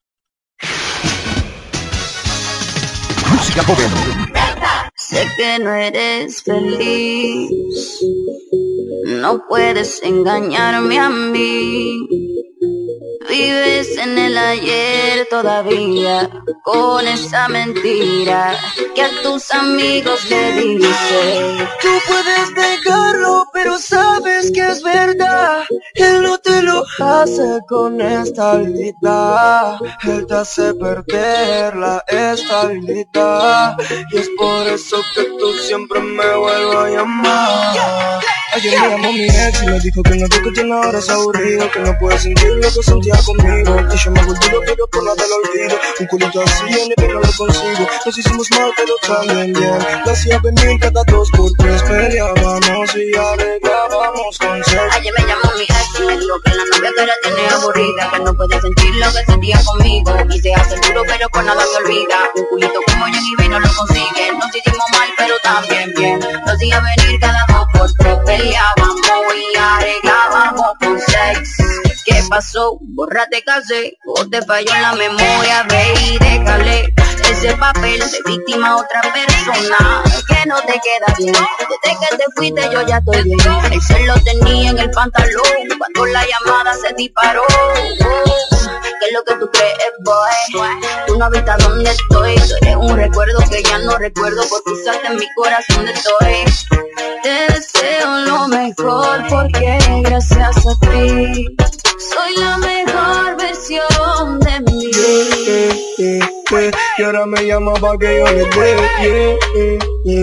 Música joven. Sé que no eres feliz, no puedes engañarme a mí. Vives en el ayer todavía, con esa mentira que a tus amigos le dices. Tú puedes negarlo, pero sabes que es verdad. Él no te lo hace con estabilidad, él te hace perder la estabilidad. Y es por eso que tú siempre me vuelves a llamar. Ayer me llamó mi ex y me dijo que no, que tiene ahora es aburrido, que no puede sentir lo que sentía conmigo. Y yo me olvido, pero por nada lo olvido. Un culito así en el que no lo consigo. Nos hicimos mal, pero también bien. Lo hacía venir cada dos por tres. Peleábamos y arreglábamos con sex. Ayer me llamó mi ex y me dijo que la novia que la tiene aburrida, que no puede sentir lo que sentía conmigo. Y se hace duro, pero por nada se olvida. Un culito como yo ni no lo consigue. Nos hicimos mal, pero también bien. Lo hacía venir cada dos por tres. Peleábamos y arreglábamos con sex. ¿Qué pasó? Bórrate casé o te falló en la memoria, ve y déjale ese papel de víctima a otra persona que no te queda bien. Desde que te fuiste yo ya estoy bien. El cel lo tenía en el pantalón cuando la llamada se disparó. ¿Qué es lo que tú crees, boy? Tú no viste dónde estoy. Tú eres un recuerdo que ya no recuerdo, porque quizás en mi corazón estoy. Te deseo lo mejor porque gracias a ti soy la mejor versión de mí. Yeah, yeah, yeah. Y ahora me llama pa' que yo le dé, yeah, yeah, yeah.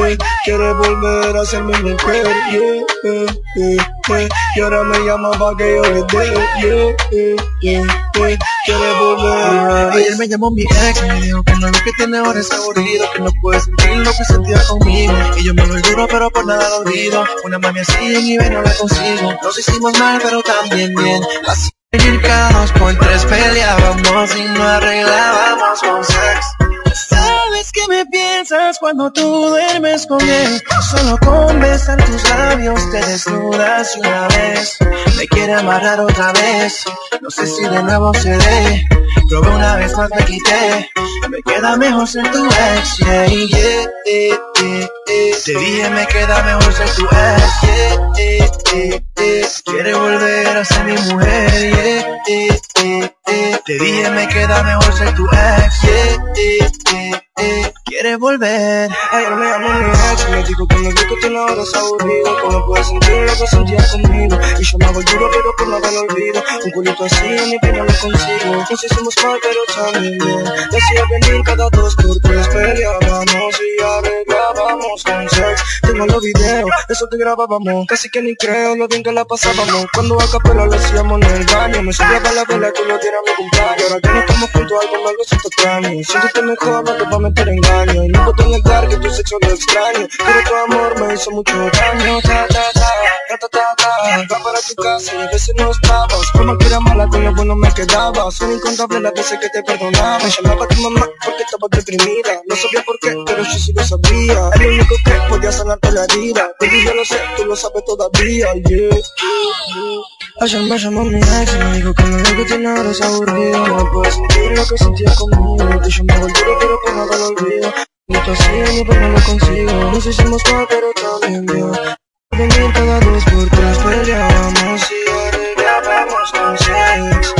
yeah. Quiere volver a ser mi mujer, yeah, yeah, yeah, yeah. Y ahora me llama pa' que yo le dé, yeah, yeah, yeah, yeah. Quiere volver. Ayer me llamó mi ex y me dijo que no, lo que tiene ahora es aburrido, que no puede sentir lo que sentía conmigo. Y yo me lo olvido, pero por nada lo olvido. Una mami así en eBay no la consigo. Nos hicimos mal, pero también bien. Así en caos por tres peleábamos y no arreglábamos con sex. Sabes que me piensas cuando tú duermes con él. Solo con besar tus labios te desnudas y una vez me quiere amarrar otra vez. No sé si de nuevo se dé. Probé una vez más, me quité. Me queda mejor ser tu ex, yeah, yeah, yeah, yeah, yeah. Te dije me queda mejor ser tu ex, yeah, yeah, yeah, yeah. Quiere volver a ser mi mujer, yeah, yeah, yeah, yeah. Te dije me queda mejor ser tu ex, yeah, yeah, yeah, yeah. Quiere volver. Ayer me llamó mi ex y me dijo que me dijo que no eres aburrido, que no puedes sentir lo que sentía conmigo. Y yo me hago duro pero por nada lo olvido. Un culito así en mi pena lo consigo. Nos hicimos mal pero también bien. Decía venir cada dos por tres, peleábamos y arreglábamos con sex. Tengo los videos, eso que grabábamos. Casi que ni creo lo bien que la pasábamos. Cuando a capela lo hacíamos en el baño. Me subía para la vela que lo diera mi cumpleaños. Ahora que no estamos juntos algo me lo siento extraño. Siéntete mejor, no te va a meter engaño. Y no puedo negar que tu sexo lo extraño. Pero tu amor me hizo mucho daño. Ta, ta, ta, ta, ta, ta, ta. Va para tu casa y a veces no estabas. Como que era mala, con lo bueno me quedaba. Son incontables las veces que te perdonaba. Me llamaba tu mamá porque estaba deprimida. No sabía por qué, pero yo sí lo sabía. El único que podía sanarte la herida. Baby, yo lo sé, tú lo sabes todavía, yeah, yeah. Ayer me llamó mi ex y me dijo que lo que tiene ahora es aburrido. No puedo sentir lo que sentía conmigo. Y yo me volví, pero por nada lo olvido. Y tú así, ni por no lo consigo. Nos hicimos mal, pero también bien. Venir cada dos por tres, peleábamos y arreglábamos con sex.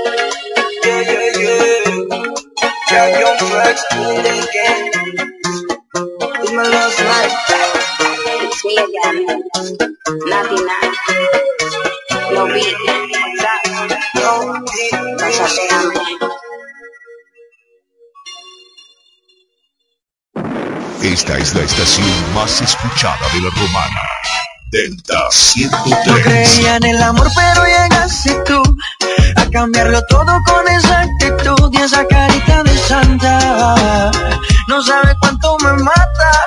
Yeah, yeah, yeah. Yeah, young flex, play the game. It's my last night. It's me again. Nothing now. No beat. What's up? No beat. Pasateando. Esta es la estación más escuchada de la Romana. Delta ciento tres. No creía en el amor, pero llegaste tú a cambiarlo todo con esa actitud y esa carita de santa. No sabes cuánto me mata.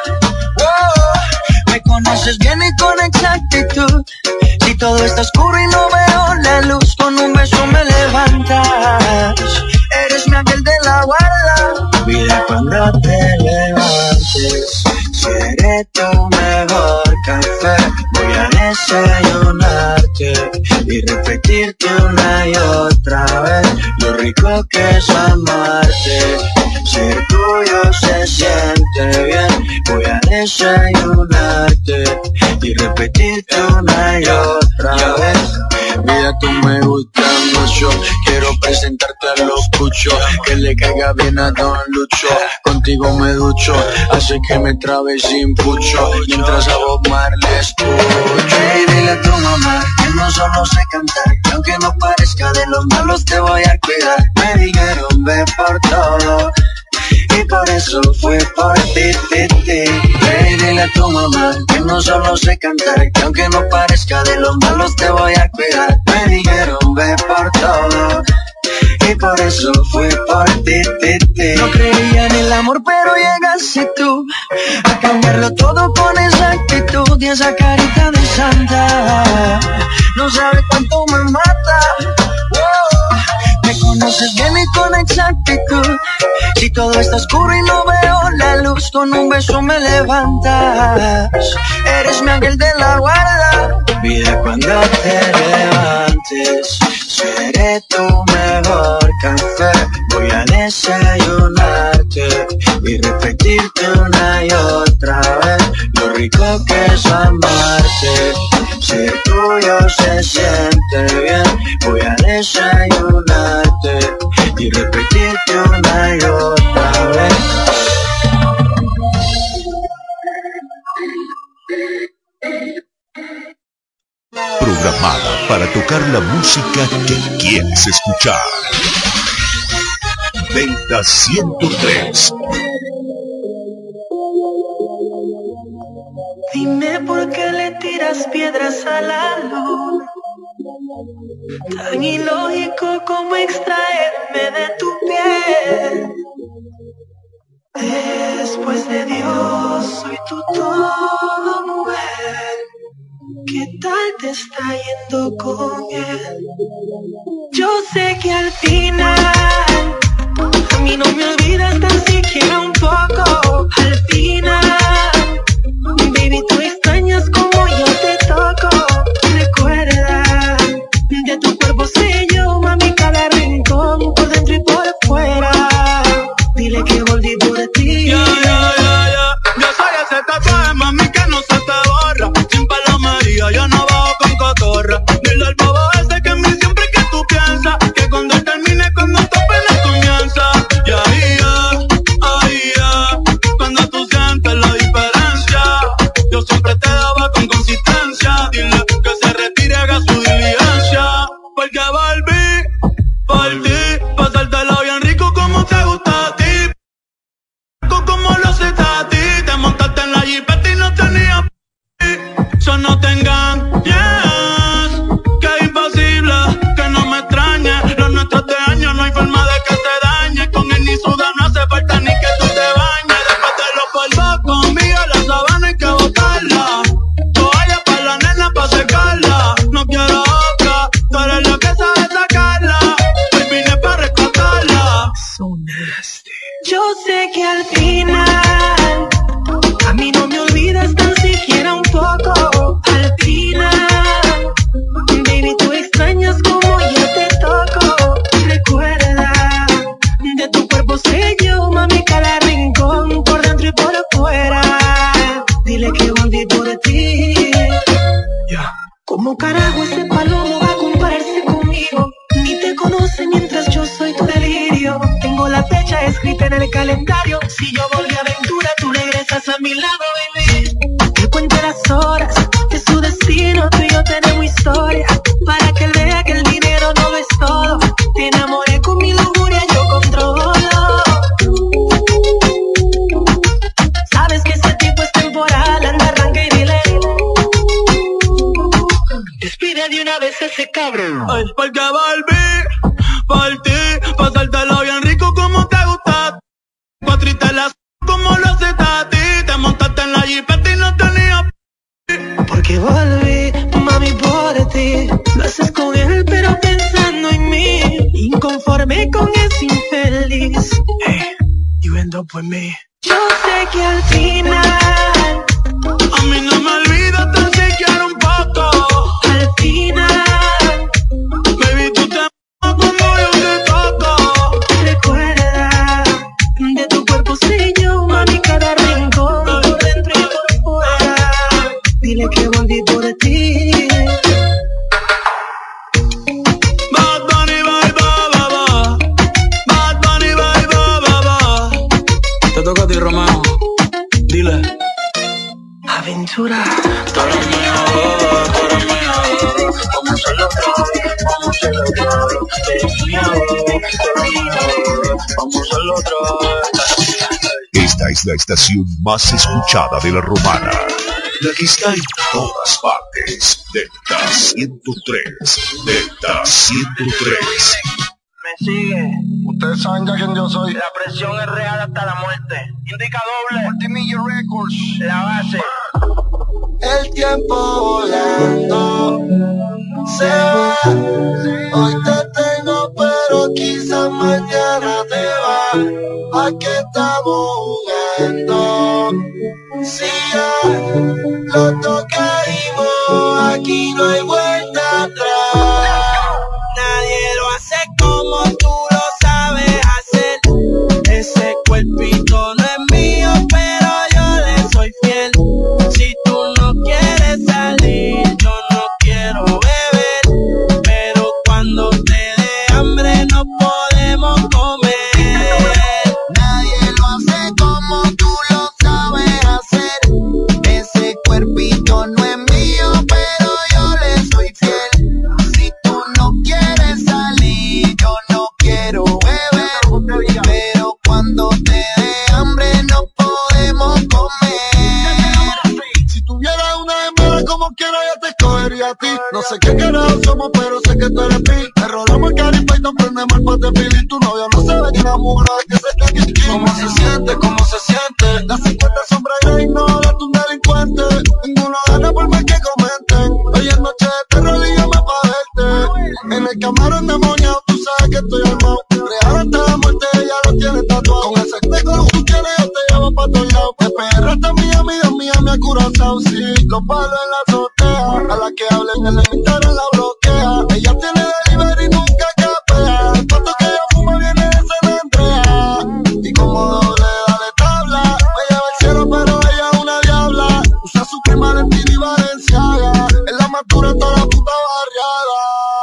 Oh, me conoces bien y con exactitud. Si todo está oscuro y no veo la luz, con un beso me levantas. Eres mi ángel de la guarda. Vida cuando te levantes, seré tu mejor café. Voy a desayunarte y repetirte una y otra vez lo rico que es amarte. Ser tuyo se siente bien. Voy a desayunarte y repetirte una y otra vez. Mira, tú me gustas mucho. Quiero presentarte a los cuchos, que le caiga bien a Don Lucho. Contigo me ducho, hace que me trabe sin pucho, mientras a Bob Marley escucho. Hey, dile a tu mamá que no solo sé cantar, que aunque no parezca de los malos te voy a cuidar. Me dijeron ve por todo y por eso fue por ti, ti, ti. Hey, dile a tu mamá que no solo sé cantar, que aunque no parezca de los malos te voy a cuidar. Me dijeron ve por todo y por eso fue por ti, ti, ti. No creía en el amor, pero llegaste tú a cambiarlo todo con esa actitud y esa carita de santa. No sabes cuánto me mata. Oh, me conoces bien y con exactitud. Si todo está oscuro y no veo la luz, con un beso me levantas. Eres mi ángel de la guarda. Vida cuando te levantes, seré tu mejor café. Voy a desayunarte y repetirte una y otra vez lo rico que es amarte. Ser tuyo se siente bien. Voy a desayunarte y repetirte una y otra vez. Programada para tocar la música que quieres escuchar. Delta ciento tres. Dime por qué le tiras piedras a la luna. Tan ilógico como extraerme de tu piel. Después de Dios, soy tu todo, mujer. ¿Qué tal te está yendo con él? Yo sé que al final a mí no me olvidas tan siquiera un poco. Al final, baby, tú extrañas como yo te toco. Recuerda, de tu cuerpo sé yo, mami, cada rincón, por dentro y por fuera. Dile que volví por ti. Ya, ya, ya, ya. Yo soy ese tatuaje, mami, que no se te borra. Sin palomería, yo no bajo con cotorra. Dile al bobo ese que en mí siempre que tú piensas. Que cuando termine, cuando tu pena comienza. Y ahí ya, ahí ya. Cuando tú sientes la diferencia, yo siempre te daba con consistencia. Dile que se retire, haga su diligencia. Porque volví por ti, pasártelo bien rico como te gusta a ti. Como lo haces a ti, te montaste en la jipeta y no tenía p***. Yo no te engañes, que es imposible que no me extrañe. Los nuestros de años no hay forma de que se dañe. Con él ni suda, no hace falta ni que tú te bañes. Después de los polvos conmigo, la sabana hay que botarla. Toalla para la nena pa' secarla. No quiero otra, tú eres la que sabe sacarla. Hoy vine pa' rescatarla. Yo sé que al final a mí no me olvidas tan siquiera un poco. Al final, baby, tú extrañas como yo te toco. Recuerda, de tu cuerpo sé yo, mami, cada rincón, por dentro y por afuera. Dile que volví por ti. Yeah. ¿Cómo carajo ese palomo va a compararse conmigo? Ni te conoce mientras yo soy tu delirio. Tengo la fecha escrita en el calendario. Si yo volví a aventura, tú regresas a mi lado, baby. Que cuente las horas de su destino. Tú y yo tenemos historia, para que él vea que el dinero no lo es todo. Te enamoré con mi lujuria, yo controlo. Sabes que ese tipo es temporal. Anda, arranca y dile. Despide de una vez ese cabrón. Ay, porque volví por ti, pasártelo bien rico como te gusta. Cuatro y te las como lo haces a ti. Te montaste en la jipeta y no tenía p***. Porque volví, mami, por ti. Lo haces con él, pero pensando en mí. Inconforme con ese infeliz. Hey, you end up with me. Yo sé que al final a mí no me olvidas tan siquiera un poco. Al final, baby, tú te amas como yo te toco. Recuerda, de tu cuerpo sé yo, mami, cada rincón, por dentro y por fuera. Dile que volví por ti. Bad Bunny, bye, bye, bye, bye. Bad Bunny, bye, bye, bye, bye. Te toca a ti, Romeo. Dile. Aventura. Tú eres mía, tú eres mía. Vamos a hacerlo otra vez, vamos a hacerlo otra vez. Eres mía, tú eres mía. Vamos a hacerlo otra vez. Esta es la estación más escuchada de la Romana, la que está en todas partes. Delta ciento tres, Delta ciento tres. Me sigue. Ustedes saben ya quién yo soy. La presión es real hasta la muerte. Indica doble. Multimillion Records. La base. El tiempo volando se va. Hoy te tengo, pero quizás mañana te va. ¿A qué estamos jugando? Si ya los dos caímos, aquí no hay vuelta atrás. Nadie lo hace como tú lo sabes hacer. Ese cuerpito no es mío, pero yo le soy fiel. Si tú no quieres salir, yo no quiero beber. Pero cuando te dé hambre no podemos comer. Nadie lo hace como tú lo sabes hacer. Ese cuerpito no es mío, pero yo le soy No sé qué carajo somos, pero sé que tú eres pil. Te rodamos el caripa y nos prendemos el pote pil. Y tu novio no sabe que enamora, que se está aquí. ¿Cómo se siente? ¿Cómo se siente? Las cincuenta sombras ya ignora tu delincuente. Ninguno gana por más que comenten. Hoy es noche de terror y llama pa' verte. En el camarón demoniado, tú sabes que estoy armado. Real hasta la muerte, ella lo tiene tatuado. Con ese teco que tú tienes, yo te llevo pa' todos lados. De P R hasta Miami, de Miami a Curazao. Sí, los palos en la azotea. A la que hablen en el Instagram la bloquea. Ella tiene delivery y nunca capea. El pato que ella fuma viene de San Andrea. Y como doble dale tabla. Me lleva al cielo pero ella es una diabla. Usa su prima Valentín y Valenciaga. Es la más dura en toda la puta barriada.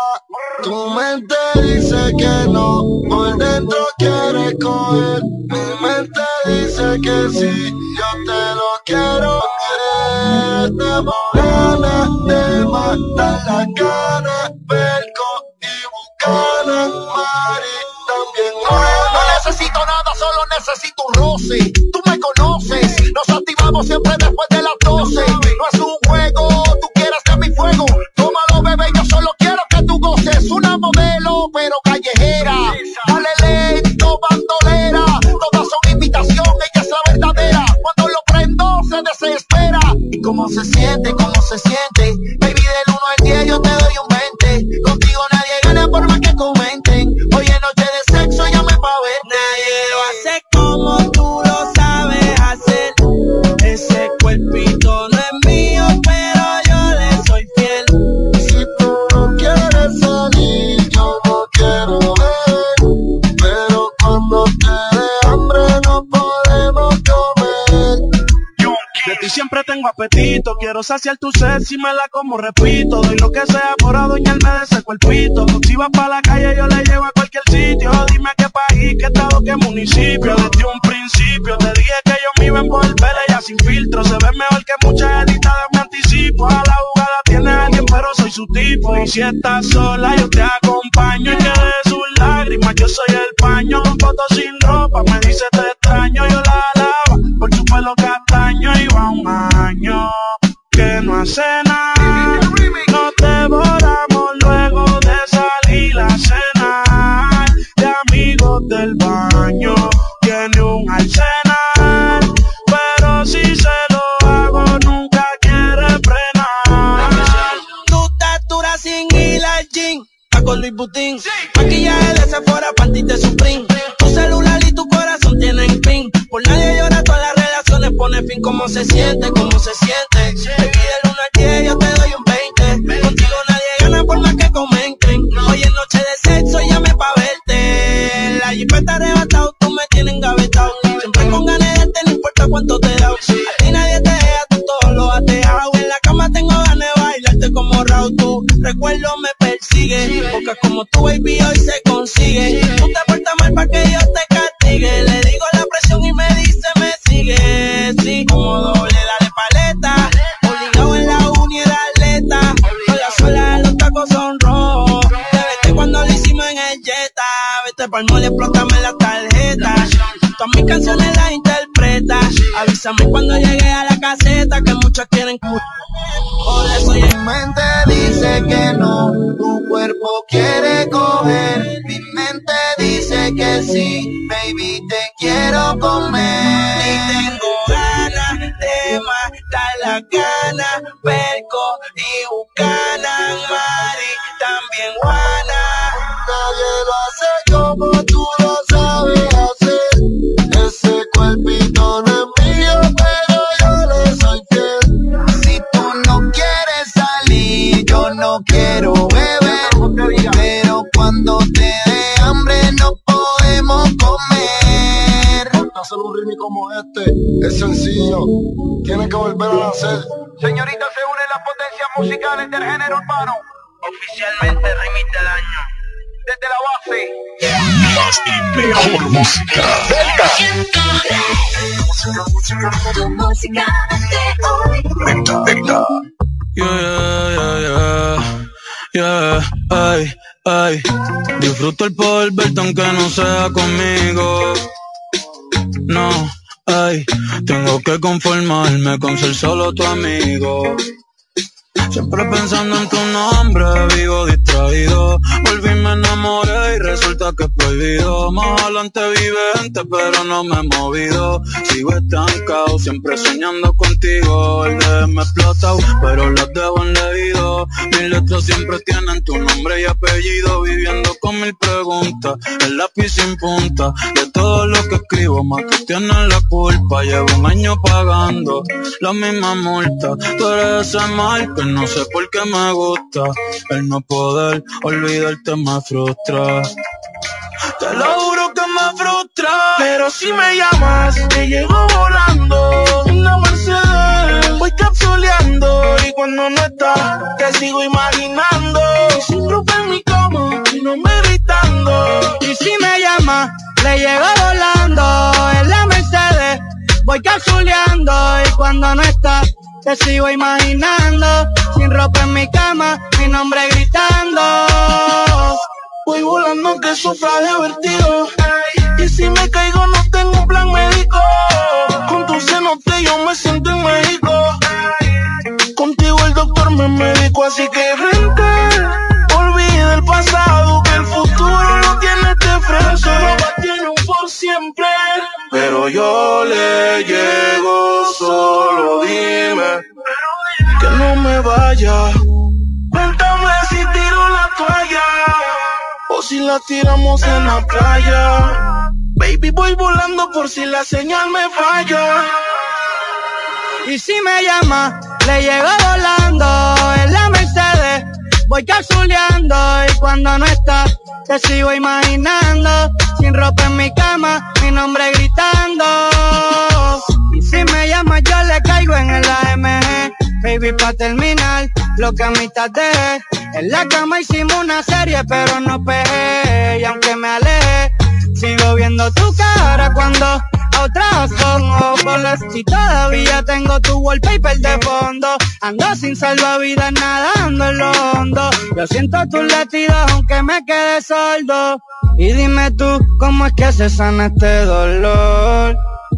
Tu mente dice que no, por dentro quiere coger. Mi mente dice que sí, yo te lo quiero querer. Tengo ganas de matar la gana, Perco y Bucana, Mari también. No, no necesito nada, solo necesito un roce. Tú me conoces, nos activamos siempre después de las doce. No es un juego, tú quieres ser mi fuego. Tómalo, bebé, yo solo quiero que tú goces. Una modelo, pero callejera. Dale lento, bandolera. Todas son invitación, ella es la verdadera. Cuando lo prendo, se desespera. ¿Y cómo se siente? ¿Cómo se siente? Baby, del uno al diez yo te doy un veinte. Contigo nadie gana por más que comenten. Hoy es noche de sexo, llame pa' ver. Nadie lo hace como tú lo sabes hacer. Ese cuerpito no es mío, pero yo le soy fiel. Si tú no quieres salir, yo no quiero ver. Pero cuando te dé hambre no podemos comer. De ti siempre tengo apetito, quiero saciar tu sed si me la como, repito. Doy lo que sea por adueñarme de ese cuerpito. Si vas pa' la calle yo le llevo a cualquier sitio. Dime qué país, qué estado, qué municipio. Desde un principio te dije que yo me iba a envolver, ella sin filtro. Se ve mejor que muchas editadas, me anticipo. A la jugada tiene a alguien pero soy su tipo. Y si estás sola yo te acompaño. Y que de sus lágrimas yo soy el paño. Con fotos sin ropa me dice te extraño. Yo la alaba por su pelo castaño. Y va un año que no hace nada. Nos devoramos luego de salir a cenar. De amigos del baño tiene un arsenal. Pero si se lo hago nunca quiere frenar. Tu estatura sin ir al gym, pa' con Luis Butín. Maquillaje de Sephora, panty de Supreme. Tu celular y tu corazón tienen pin. Por nadie llora, todas las relaciones pone fin. ¿Cómo se siente? ¿Cómo se siente? Baby, del uno al diez yo te doy un veinte. Contigo nadie gana por más que comenten. Hoy es noche de sexo, llame pa' verte. La jipeta arrebatado, tú me tienes engavetado. Siempre con ganas de darte, no importa cuánto te da. A ti nadie te deja, tú todo lo has dejado. En la cama tengo ganas de bailarte como Raúl. Tu recuerdo me persigue, porque como tu baby hoy se consigue. Tú te portas mal pa' que Dios te castigue. Le digo la presión y me dice me sigue. Sí, como doble dale paleta. Obligado en la uni era atleta. Con la suela los tacos son rojos. Te vete cuando lo hicimos en el Jetta. Vete pa'l mall, explótame la tarjeta. Todas mis canciones las interpretas. Avísame cuando llegue a la caseta que muchos quieren. Por eso mi mente dice que no, tu cuerpo quiere coger. Mi mente dice que sí, baby, te quiero comer. Y tengo ganas de matar la gana, Perco y Bucana, Mari, también Juana. Nadie lo hace como tú lo sabes hacer. Ese cuerpito no es mío, pero yo le soy fiel. Si tú no quieres salir, yo no quiero beber. Pero cuando te dé hambre no podemos comer. Hacer un ritmo como este es sencillo, tiene que volver a nacer. Señorita, se unen las potencias musicales del género urbano. Oficialmente remite el año. Desde la base. Más y mejor música. Música de hoy. Delta, Delta. Yeah, yeah, yeah, yeah, ay, ay. Disfruto el poder verte aunque no sea conmigo. No, ay, tengo que conformarme con ser solo tu amigo. Siempre pensando en tu nombre, vivo distraído. Volví, me enamoré y resulta que es prohibido. Más adelante vivente, pero no me he movido. Sigo estancado, siempre soñando contigo. El D M explotado, pero las dejo en leído. Mis letras siempre tienen tu nombre y apellido. Viviendo con mil preguntas, el lápiz sin punta. De todo lo que escribo, más tú tienes la culpa. Llevo un año pagando la misma multa. Tú eres ese mal que no sé por qué me gusta. El no poder olvidarte me frustra. Te lo juro que me frustra. Pero si me llamas, te llego volando. Una Mercedes, voy capsuleando. Y cuando no estás, te sigo imaginando. Y sin ropa en mi cama, y no me gritando. Y si me llamas, le llego volando. En la Mercedes, voy capsuleando. Y cuando no estás, te sigo imaginando. Sin ropa en mi cama, mi nombre gritando. Voy volando que sufra de vertigo. Y si me caigo no tengo un plan médico. Con tu cenote yo me siento en México. Contigo el doctor me medicó, así que vente. Olvida el pasado, que el futuro lo tiene de frente. No tiene un por siempre. Pero yo le llego, solo dime que no me vaya. Cuéntame si tiro la toalla o si la tiramos en la playa. Baby, voy volando por si la señal me falla. Y si me llama, le llego volando. En la Mercedes, voy capsuleando. Y cuando no está, te sigo imaginando. Sin ropa en mi cama, mi nombre gritando. Y si me llama, yo le caigo en el A M G. Baby, pa' terminar, lo que a mitad dejé. En la cama hicimos una serie, pero no pegué. Y aunque me alejé, sigo viendo tu cara cuando a otras pongo bolas. Y todavía tengo tu wallpaper de fondo. Ando sin salvavidas nadando en lo hondo. Yo siento tus latidos aunque me quede sordo. Y dime tú, ¿cómo es que se sana este dolor?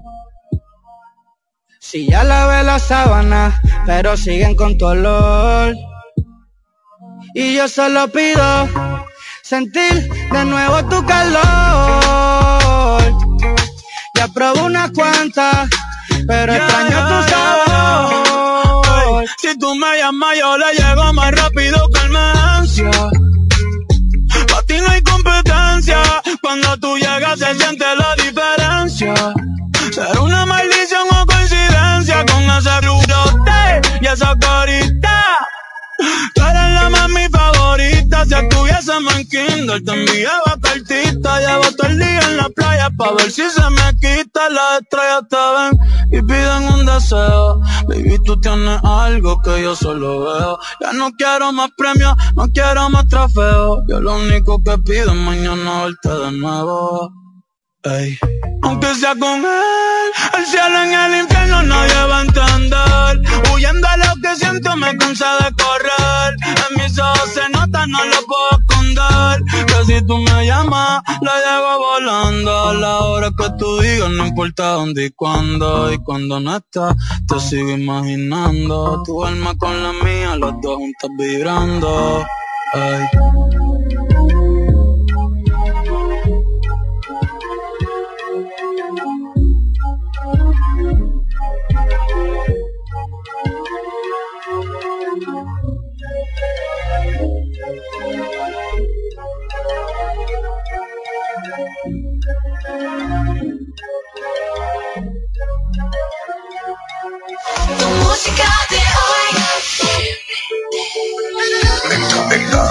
Si ya lavé la sábana, pero siguen con tu olor. Y yo solo pido sentir de nuevo tu calor. Ya probé unas cuantas, pero yeah, extraño tu sabor. Hey, si tú me llamas yo le llego más rápido que Almencia. Pa' ti no hay competencia. Cuando tú llegas se siente la diferencia. Será una maldición o coincidencia con ese rulote y esa carita. Tú eres la mami favorita. Si estuviésemos en Kindle te enviaba cartita. Llevo todo el día en la playa pa' ver si se me quita. Las estrellas te ven y piden un deseo. Baby, tú tienes algo que yo solo veo. Ya no quiero más premios, no quiero más trofeos. Yo lo único que pido es mañana verte de nuevo. Ey. Aunque sea con él, el cielo en el infierno nadie va a entender. Huyendo a lo que siento me cansé de correr. En mis ojos se nota, no lo puedo esconder. Que si tú me llamas, la llevo volando. A la hora que tú digas, no importa dónde y cuándo. Y cuando no estás, te sigo imaginando. Tu alma con la mía, las dos juntas vibrando. Ey. Tu música de hoy. Venga, venga.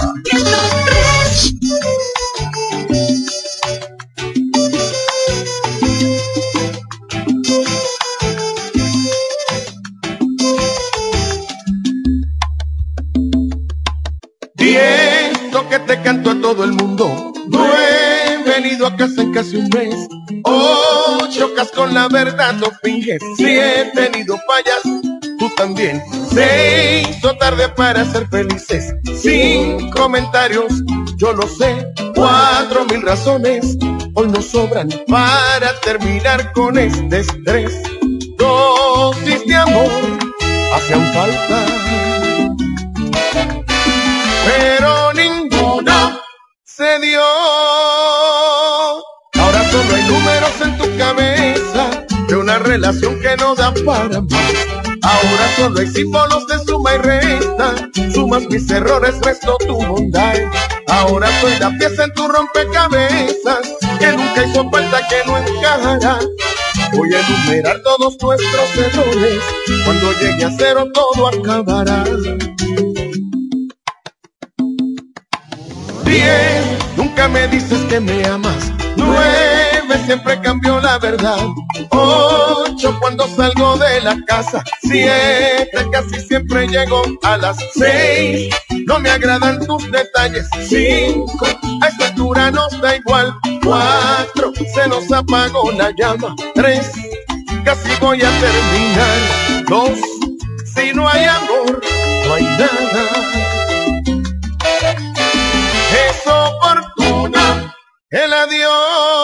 Siento que te canto a todo el mundo. No he venido a casa en casi un mes. Oh, chocas con la verdad, no finges. Si he tenido fallas, tú también. Se hizo tarde para ser felices. Sin comentarios, yo lo sé. Cuatro mil razones hoy nos sobran para terminar con este estrés. Dosis de amor hacían falta. se dio. Ahora solo hay números en tu cabeza de una relación que no da para más. Ahora solo hay símbolos de suma y resta. Sumas mis errores, resto tu bondad. Ahora soy la pieza en tu rompecabezas que nunca hizo falta, que no encajará. Voy a enumerar todos nuestros errores. Cuando llegue a cero todo acabará. Diez, nunca me dices que me amas. Nueve, siempre cambió la verdad. Ocho, cuando salgo de la casa. Siete, casi siempre llego a las seis. No me agradan tus detalles. Cinco, a esta altura nos da igual. Cuatro, se nos apagó la llama. Tres, casi voy a terminar. Dos, si no hay amor, no hay nada. Es oportuno el adiós.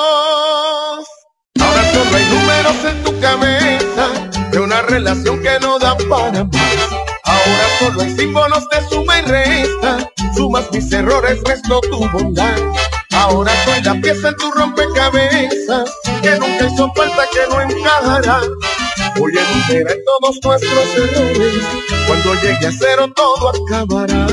Ahora solo hay números en tu cabeza de una relación que no da para más. Ahora solo hay símbolos de suma y resta. Sumas mis errores, resto tu bondad. Ahora soy la pieza en tu rompecabezas que nunca hizo falta, que no encajará. Voy a enumerar todos nuestros errores. Cuando llegue a cero todo acabará.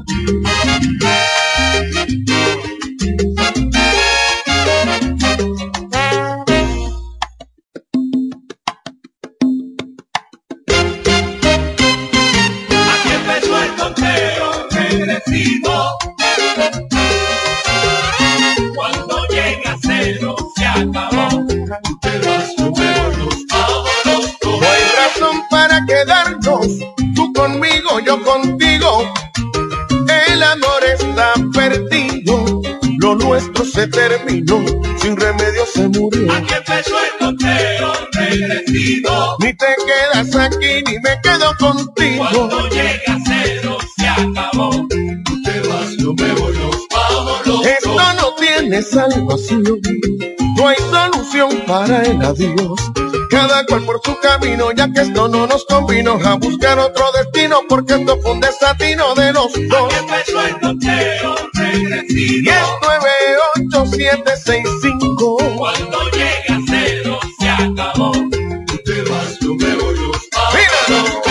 Cuando llega a cero se acabó. Pero luego nos vamos los dos. No hay razón para quedarnos, tú conmigo, yo contigo. El amor está perdido, lo nuestro se terminó, sin remedio se murió. Aquí empezó el conteo regresivo. Ni te quedas aquí ni me quedo contigo. Cuando llega a cero se acabó. Tú te vas, yo me voy, nos vamos los dos. Esto no tiene salvación, no hay solución para el adiós. Cada cual por su camino, ya que esto no nos convino, a buscar otro destino, porque esto fue un desatino de los dos. Aquí empezó el conteo regresivo. diez, nueve, ocho, siete, seis, cinco. Cuando llega a cero se acabó. Tú te vas, yo me voy, nos vamos los dos.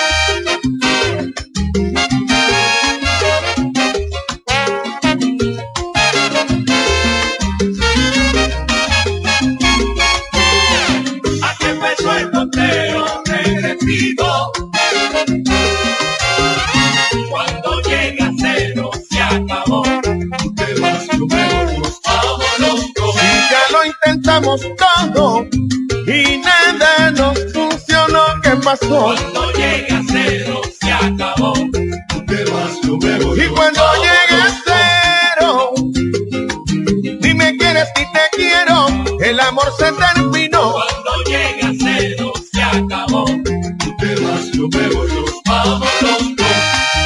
Cuando llega a cero se acabó. Tú te vas, yo me voy, nos vamos los dos. Si ya lo intentamos todo y nada nos funcionó, ¿qué pasó? Cuando llega a cero se acabó. Tú te vas, yo me voy. Y cuando llegue a cero, ni me quieres ni te quiero, el amor se terminó. Cuando llega a cero se acabó. Tú te vas, yo me voy, nos vamos los dos.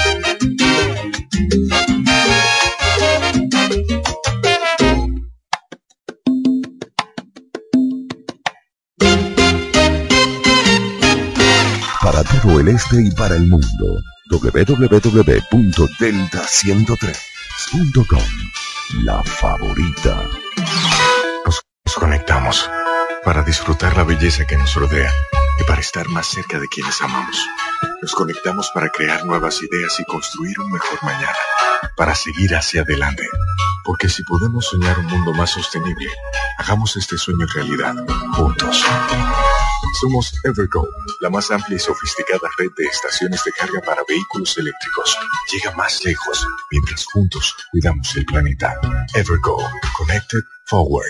Para todo el este y para el mundo, doble u doble u doble u punto delta ciento tres punto com, la favorita. Nos conectamos para disfrutar la belleza que nos rodea y para estar más cerca de quienes amamos. Nos conectamos para crear nuevas ideas y construir un mejor mañana, para seguir hacia adelante. Porque si podemos soñar un mundo más sostenible, hagamos este sueño realidad, juntos. Somos Evergo, la más amplia y sofisticada red de estaciones de carga para vehículos eléctricos. Llega más lejos, mientras juntos cuidamos el planeta. Evergo, Connected Forward.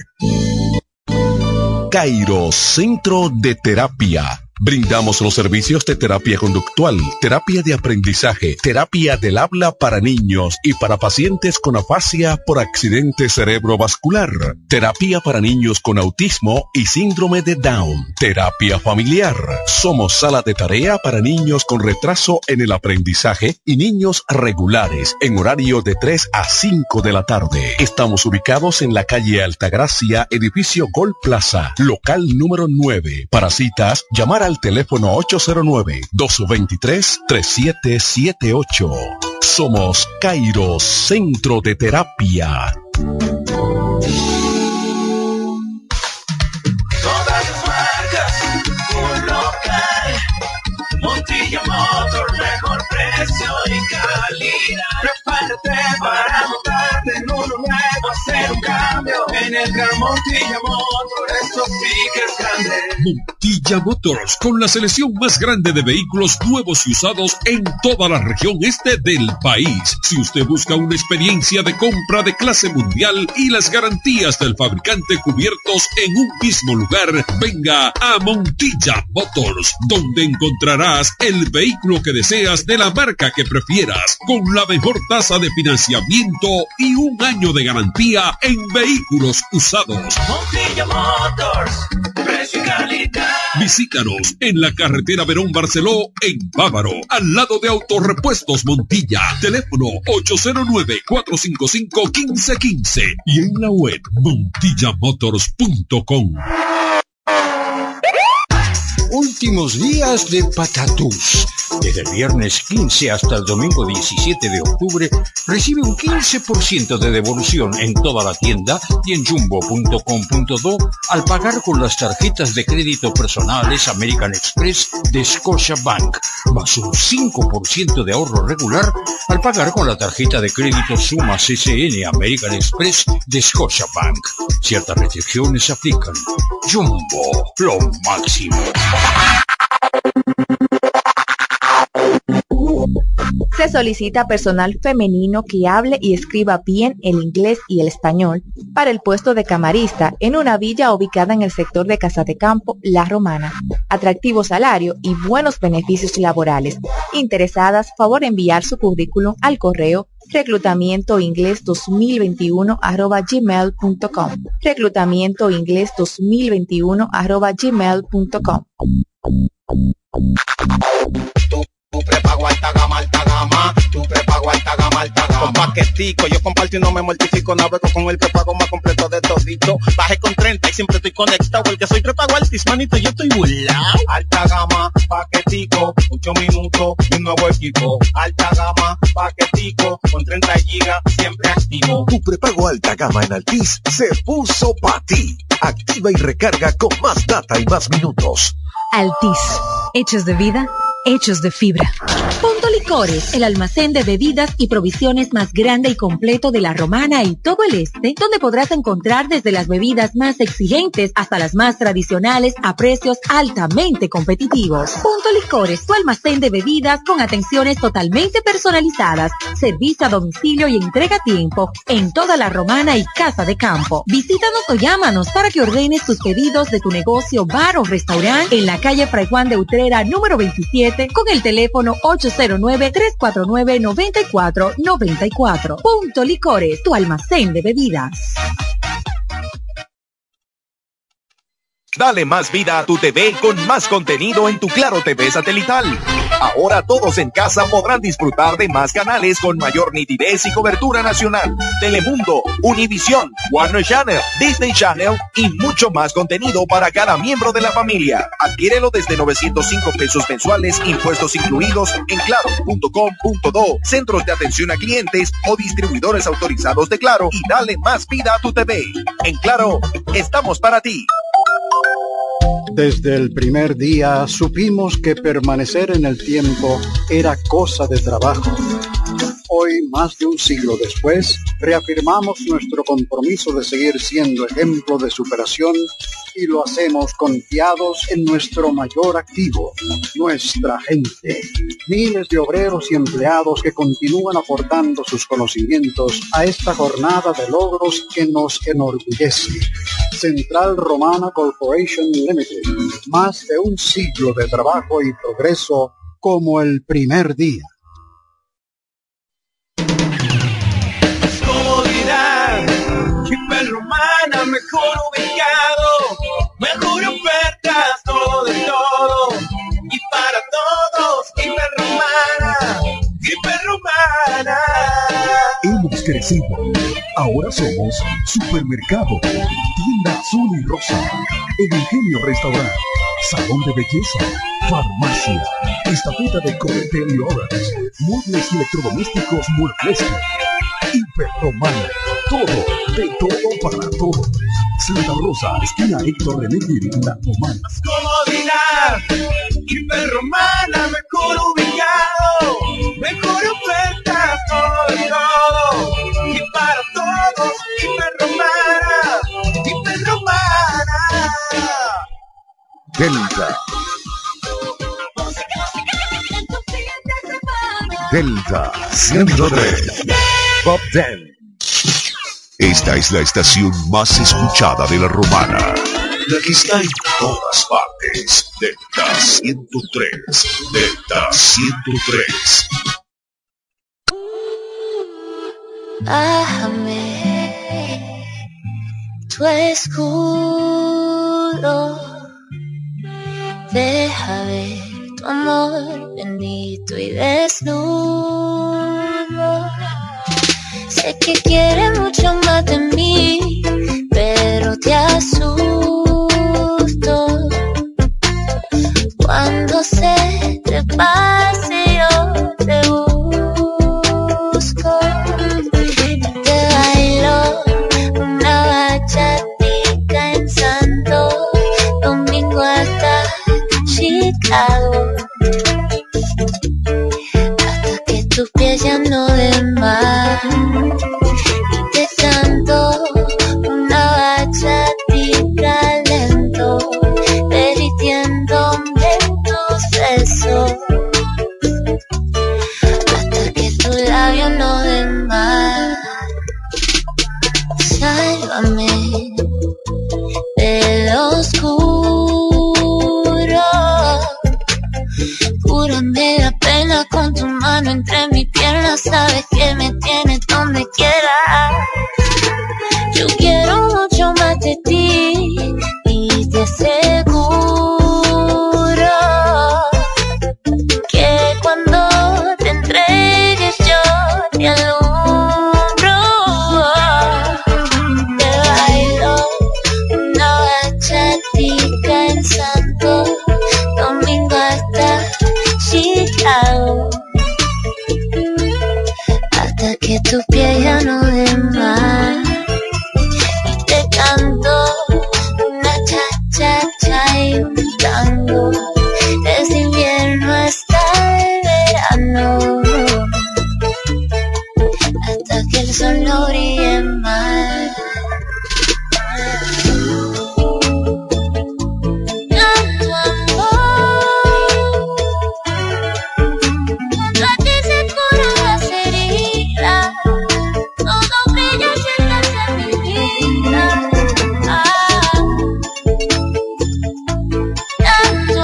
Cairo Centro de Terapia. Brindamos los servicios de terapia conductual, terapia de aprendizaje, terapia del habla para niños y para pacientes con afasia por accidente cerebrovascular, terapia para niños con autismo y síndrome de Down, terapia familiar. Somos sala de tarea para niños con retraso en el aprendizaje y niños regulares en horario de tres a cinco de la tarde. Estamos ubicados en la calle Altagracia, edificio Gold Plaza, local número nueve. Para citas, llamar a al teléfono ocho cero nueve, dos dos tres, tres siete siete ocho. Somos Cairo Centro de Terapia. Todas las marcas, un local. Montilla Motor, mejor precio y calidad. Prepárate para montarte en uno nuevo, hacer un cambio en el gran Montilla Motor. Estos piques grandes. Montilla Motors, con la selección más grande de vehículos nuevos y usados en toda la región este del país. Si usted busca una experiencia de compra de clase mundial y las garantías del fabricante cubiertos en un mismo lugar, venga a Montilla Motors, donde encontrarás el vehículo que deseas de la marca que prefieras, con la mejor tasa de financiamiento y un año de garantía en vehículos usados. Montilla Motors, precio y calidad. Visítanos en la carretera Verón Barceló, en Bávaro, al lado de Autorepuestos Montilla. Teléfono ocho cero nueve, cuatro cinco cinco, uno cinco uno cinco y en la web montilla motors punto com. Últimos días de Patatús. Desde el viernes quince hasta el domingo diecisiete de octubre, recibe un quince por ciento de devolución en toda la tienda y en jumbo punto com punto do al pagar con las tarjetas de crédito personales American Express de Scotiabank, más un cinco por ciento de ahorro regular al pagar con la tarjeta de crédito Sumas S N American Express de Scotiabank. Ciertas restricciones se aplican. Jumbo, lo máximo. Se solicita personal femenino que hable y escriba bien el inglés y el español para el puesto de camarista en una villa ubicada en el sector de Casa de Campo, La Romana. Atractivo salario y buenos beneficios laborales. Interesadas, favor enviar su currículum al correo reclutamientoingles dos mil veintiuno arroba gmail punto com. reclutamientoingles dos mil veintiuno arroba gmail punto com. Tu prepago alta gama, alta gama. Tu prepago alta gama, alta gama. Con paquetico, yo comparto y no me mortifico. Navego con el prepago más completo de todito. Bajé con treinta y siempre estoy conectado. Porque soy prepago altis, manito, yo estoy burlao. Alta gama, paquetico, ocho minutos y un nuevo equipo. Alta gama, paquetico, con treinta gigas, siempre activo. Tu prepago alta gama en Altis se puso pa' ti. Activa y recarga con más data y más minutos. Altis, hechos de vida, hechos de fibra. Punto Licores, el almacén de bebidas y provisiones más grande y completo de La Romana y todo el este, donde podrás encontrar desde las bebidas más exigentes hasta las más tradicionales a precios altamente competitivos. Punto Licores, tu almacén de bebidas con atenciones totalmente personalizadas, servicio a domicilio y entrega a tiempo en toda La Romana y Casa de Campo. Visítanos o llámanos para que ordenes tus pedidos de tu negocio, bar o restaurante en la calle Fray Juan de Utrera, número veintisiete, con el teléfono ocho cero nueve, tres cuatro nueve, nueve cuatro nueve cuatro. Punto Licores, tu almacén de bebidas. Dale más vida a tu T V con más contenido en tu Claro T V satelital. Ahora todos en casa podrán disfrutar de más canales con mayor nitidez y cobertura nacional. Telemundo, Univisión, Warner Channel, Disney Channel y mucho más contenido para cada miembro de la familia. Adquiérelo desde novecientos cinco pesos mensuales, impuestos incluidos, en claro punto com punto do, centros de atención a clientes o distribuidores autorizados de Claro, y dale más vida a tu T V. En Claro, estamos para ti. Desde el primer día supimos que permanecer en el tiempo era cosa de trabajo. Hoy, más de un siglo después, reafirmamos nuestro compromiso de seguir siendo ejemplo de superación y lo hacemos confiados en nuestro mayor activo, nuestra gente. Miles de obreros y empleados que continúan aportando sus conocimientos a esta jornada de logros que nos enorgullece. Central Romana Corporation Limited, más de un siglo de trabajo y progreso como el primer día. Comodidad, hiperromana, mejor ubicado, mejor ofertas, todo de todo, y para todos, hiperromana, hiperromana. Hemos crecido. Ahora somos Supermercado, Tienda Azul y Rosa, El Ingenio Restaurant, Salón de Belleza, Farmacia, Estafeta de Cometer y Horas, Muebles y Electrodomésticos Muebles, Hiperromana, todo, de todo para todos. Santa Rosa, esquina Héctor René Gil, La Romana. Comodidad, Hiperromana, mejor ubicado, mejor ofertas, todo y todo, y para todos, Hiperromana, Hiperromana. Delta. Delta ciento tres. Pop Ten. Esta es la estación más escuchada de La Romana. La que está en todas partes. Delta ciento tres. Delta ciento tres. Bájame tu escudo, deja ver tu amor bendito y desnudo. Sé que quieres mucho más de mí, pero te asusto. Cuando se te pase yo te busco. Te bailo una bachatica en Santo Domingo hasta Chicago, hasta que tus pies ya no den más. Y te canto una bachatica lento, derritiéndome en tus besos, hasta que tus labios no den más. Sálvame del oscuro, cúrame la pena con tu mano entre mis piernas. Sabes que me tienes donde quiera. Yo quiero mucho más de ti y te aseguro que cuando te entregues yo te alumbro. Te bailo una bachatica en Santo Domingo hasta Chicago, hasta que tus pies ya no den más. Y te canto una cha-cha-cha y un tango, desde invierno hasta el verano, hasta que el sol no brille más. Tanto amor, junto a ti se curan las heridas, todo brilla si estás en mi vida. Ah, tanto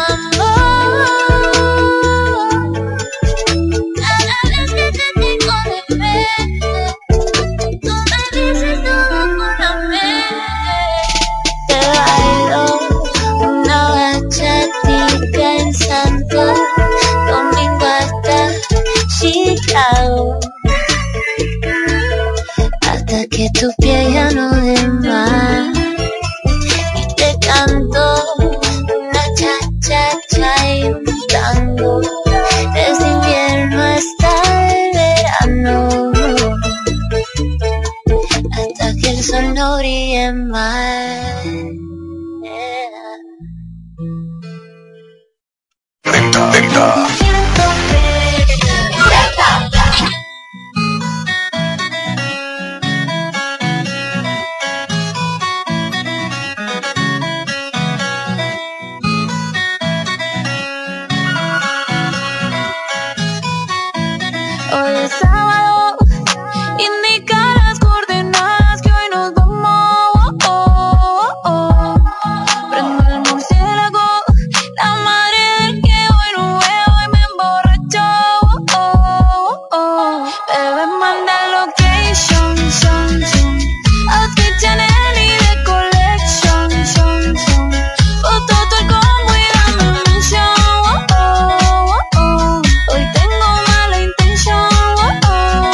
amor, cada vez que te tengo de frente, tú me dices todo con la mente. Te bailo una bachatica en Santo Domingo hasta Chicago, hasta que tus pies ya no den más. Y te canto una cha-cha-cha y un tango, desde invierno hasta el verano, hasta que el sol no brille más. Delta, Delta. Hoy es sábado, indica las coordenadas que hoy nos vamos. Prendo el murciélago, la madre del que hoy no veo y me emborracho. Bebé, manda location, son, son. Outfit Chanel y de collection, son, son. Foto todo el combo y dame mención. Hoy tengo mala intención.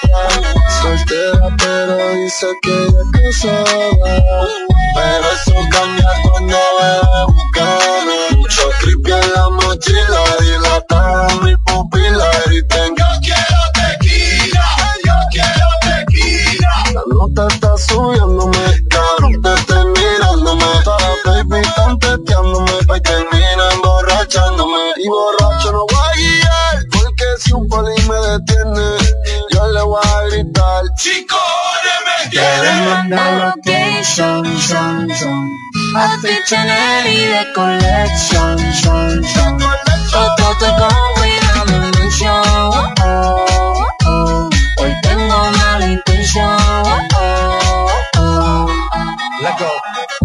Soltera pero dice que ya casada, pero eso cambia cuando bebe Bucana. Mucho creepy en la mochila, dilatada mi pupila, griten yo quiero tequila, yo quiero tequila. La nota está subiéndome, cabrón te estoy mirándome, todas las baby están teteándome, y termina emborrachándome, y borracho no voy a guiar, porque si un poli me detiene, yo le voy a gritar, chico, me quiere mandar location, son, son, a ficha y de collection, son, son, fotos te con mi mención, oh, oh, oh, hoy tengo mala intención, oh, oh, oh. Let's go.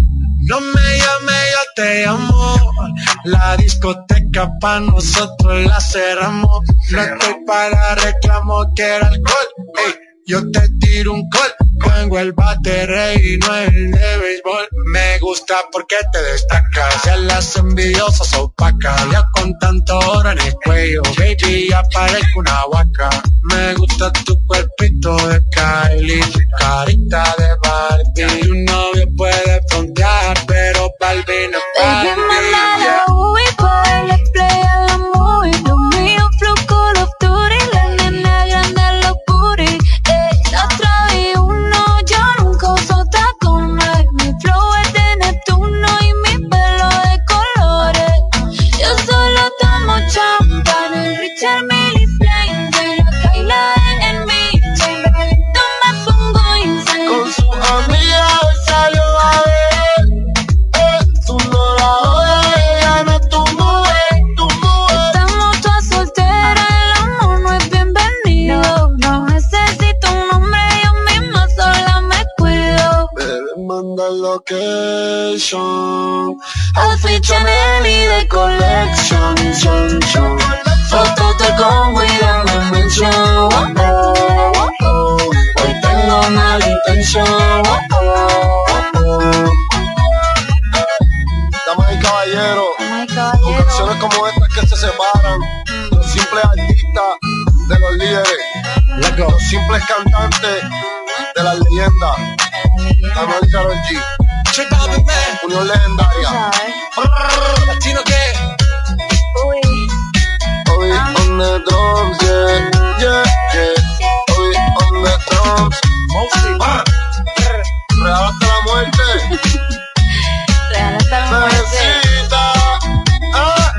No me llame, yo te llamo. La discoteca pa' nosotros la cerramos. No estoy para reclamo, quiero alcohol. Ey, yo te tiro un call. Tengo el bate rey, no el de béisbol. Me gusta porque te destacas. Ya las envidiosas opacas. Ya con tanto oro en el cuello, baby, ya parezco una vaca. Me gusta tu cuerpito de Kylie, tu carita de Barbie. Tu novio puede frontear, pero Barbie no es Barbie. Baby, manda la U y pa' el play a la movie. Lo mío, flow, Call of Duty. La nena grande, los booty. Eh, la otra vi uno, yo nunca uso tacones. Mi flow es de Neptuno y mi pelo de colores. Yo solo tomo champán, el Richard Mille Flame. Soy la Kyla en mi chain, bebito me pongo insane. Con su amiga hoy salió a ver, eh, tú no la jodas, ella no es tu mujer, tu mujer. Estamos todas solteras, el amor no es bienvenido. No necesito un hombre, yo misma sola me cuido. Debes mandar location, Outfit Chanel y de collection, son, son. Fotos de con cuidado en mención, oh, oh, oh, oh. Hoy tengo mala intención, oh, oh, oh. damas y caballeros, con canciones como estas que se separan, los simples artistas de los líderes, los simples cantantes de las leyendas, Anuel y Karol G, unión legendaria. ¿Latino qué? Hoy on the drums, yeah, yeah, yeah. Hoy on the drums. Ah, real hasta la muerte. Real hasta la muerte. Necesita, ah.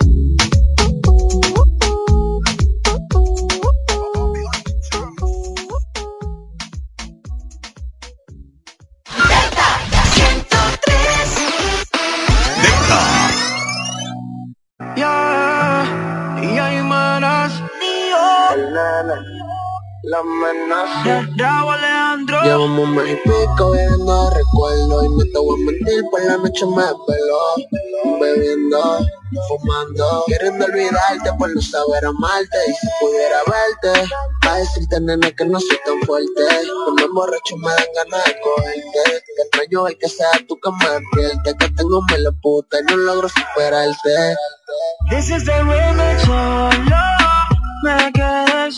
Yeah, y hay manas. El nene, la amenaza. Bravo Alejandro. Llevamos un mes y pico viviendo recuerdo. Y no te voy a mentir, por la noche me peló. Bebiendo, fumando, queriendo olvidarte por no saber amarte. Y si pudiera verte, a decirte nena que no soy tan fuerte. Cuando me emborracho me dan ganas de cogerte. Que extraño el que sea tú que me despierte. Que tengo mala puta y no logro superarte. This is the remix, solo me quedé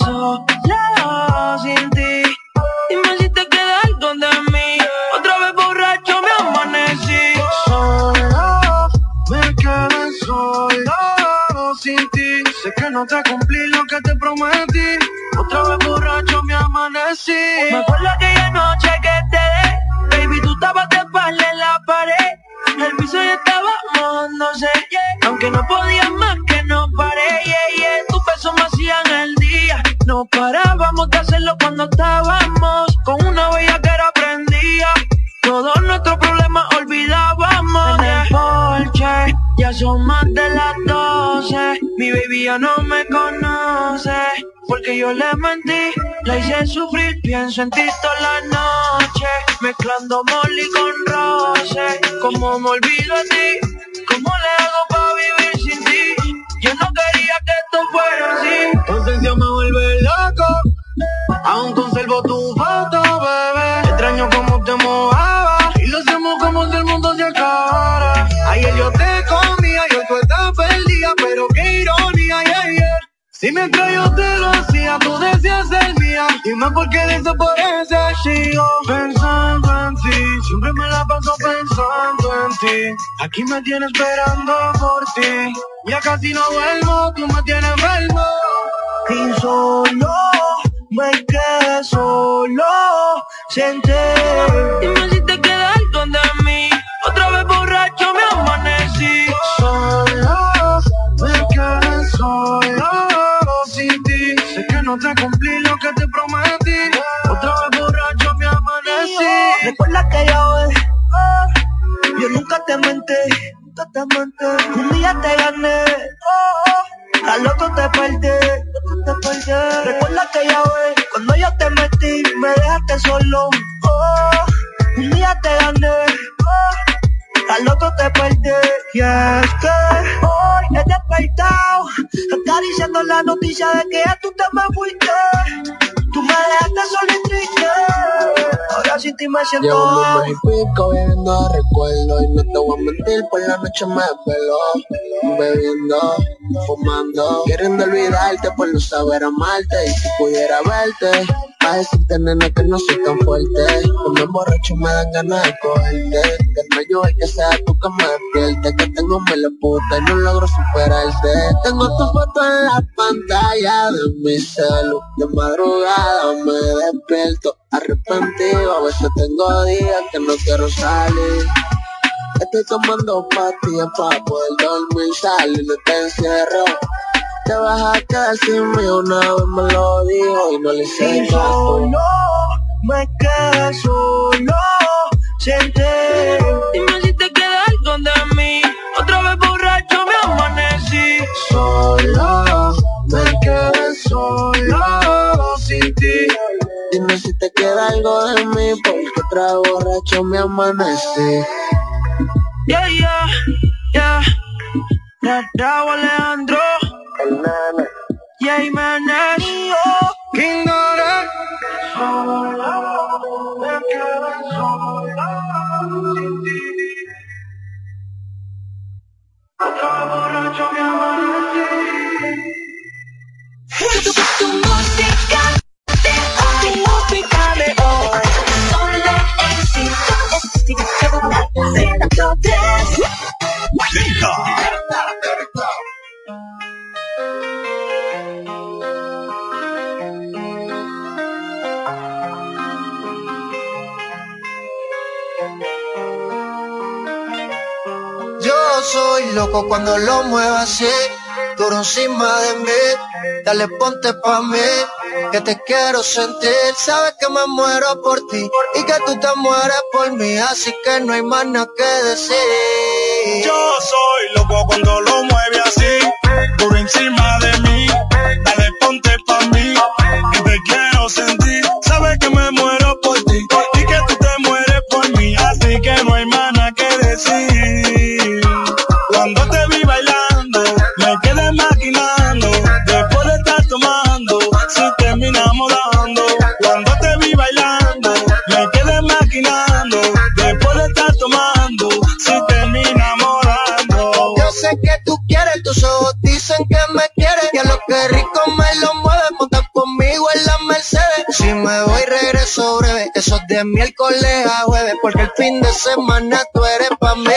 sola sin ti. Dime si te queda algo de mí. Otra vez borracho me amanecí. Solo me quedé solo sin ti. Sé que no te cumplí lo que te prometí. Otra vez borracho me amanecí. Me acuerdo aquella noche que te dé. Baby, tú estabas de espalda en la pared. El piso ya estaba mojándose, yeah. Aunque no podía más que no paré, yeah, yeah. Tus besos me hacían el día. No parábamos de hacerlo cuando estábamos con una bella que era prendía. Todos nuestros problemas olvidábamos. En el porche, ya son más de las doce. Mi baby ya no me conoce, porque yo le mentí, la hice sufrir. Pienso en ti toda la noche, mezclando molly con roce. Como me olvido de ti, ¿cómo le hago para vivir sin ti? Yo no quería que esto fuera así. Tu ausencia me vuelve loco, aún conservo tu foto, bebé. Extraño como te mojaba y lo hacemos como si el mundo se acabara. Ayer yo te comía y hoy tú estás perdida, pero qué ironía, yeah, yeah. Si mientras yo te lo hacía, tú decías el mío. mía. Dime por qué desapareces. Sigo pensando en ti, siempre me la paso pensando en ti. Aquí me tienes esperando por ti. Ya casi no vuelvo, tú me tienes enfermo. Y solo me quedé solo, senté. Dime si te queda algo de mí. Otra vez borracho me amanecí. Solo me quedé solo sin ti. Sé que no te cumplí lo que te prometí. Otra vez borracho me amanecí. Recuerda aquella vez, yo nunca te menté, nunca te menté. Un día te gané, al otro te perdí, te perdí. Recuerda aquella vez, cuando yo te metí, me dejaste solo. Oh, un día te gané, al otro te perdí. Y es que hoy he despertado, acariciando la noticia de que ya tú te me fuiste. Tú me dejaste solo y triste. Ahora sin ti me siento. Llevo un mes y pico viviendo recuerdo. Y no te voy a mentir, por la noche me desvelo. Bebiendo, fumando, queriendo olvidarte por no saber amarte. Y si pudiera verte, a decirte, nena, que no soy tan fuerte. Cuando me emborracho me dan ganas de cogerte. Que no yo hay que sea tú que me despierte. Que tengo mil puta y no logro superarte. Tengo tu foto en la pantalla de mi celu. De madrugada me despierto arrepentido. A veces tengo días que no quiero salir. Estoy tomando pastillas para poder dormir, salir de este encierro. Te vas a quedar sin mí, una vez me lo dijo y no le hice caso. Solo me quedé solo, senté. Dime si te queda algo de mí. Otra vez borracho me amanecí. Solo me quedé solo sin ti. Dime si te queda algo de mí, porque otra vez borracho me amanecí. Yeah, yeah, yeah. Bravo Alejandro. El nene. Yeah, Jiménez. King Dore. Solo me quedé solo sin ti. Otra vez borracho me amanecí. Tu, tu música de hoy, tu música de hoy. Solo éxito, Delta. Yo soy loco cuando lo muevo así, duro encima de mí. Dale, ponte pa' mí, que te quiero sentir. Sabes que me muero por ti y que tú te mueres por mí, así que no hay más nada que decir. Yo soy loco cuando lo mueve así, duro encima de mí. Dale, ponte pa' mí, que te quiero sentir. Sabes que me muero por ti y que tú te mueres por mí, así que no hay más nada que decir. Cuando te vi bailando, me quedé maquinando. Después de estar tomando, si terminamos dando. Cuando te vi bailando, me quedé maquinando. Después de estar tomando, si terminamos dando. Yo sé que tú quieres, tus ojos dicen que me quieres. Y a lo que rico me lo mueve, monta conmigo en la Mercedes. Si me voy regreso breve, eso es de miércoles a jueves, porque el fin de semana tú eres pa' mí.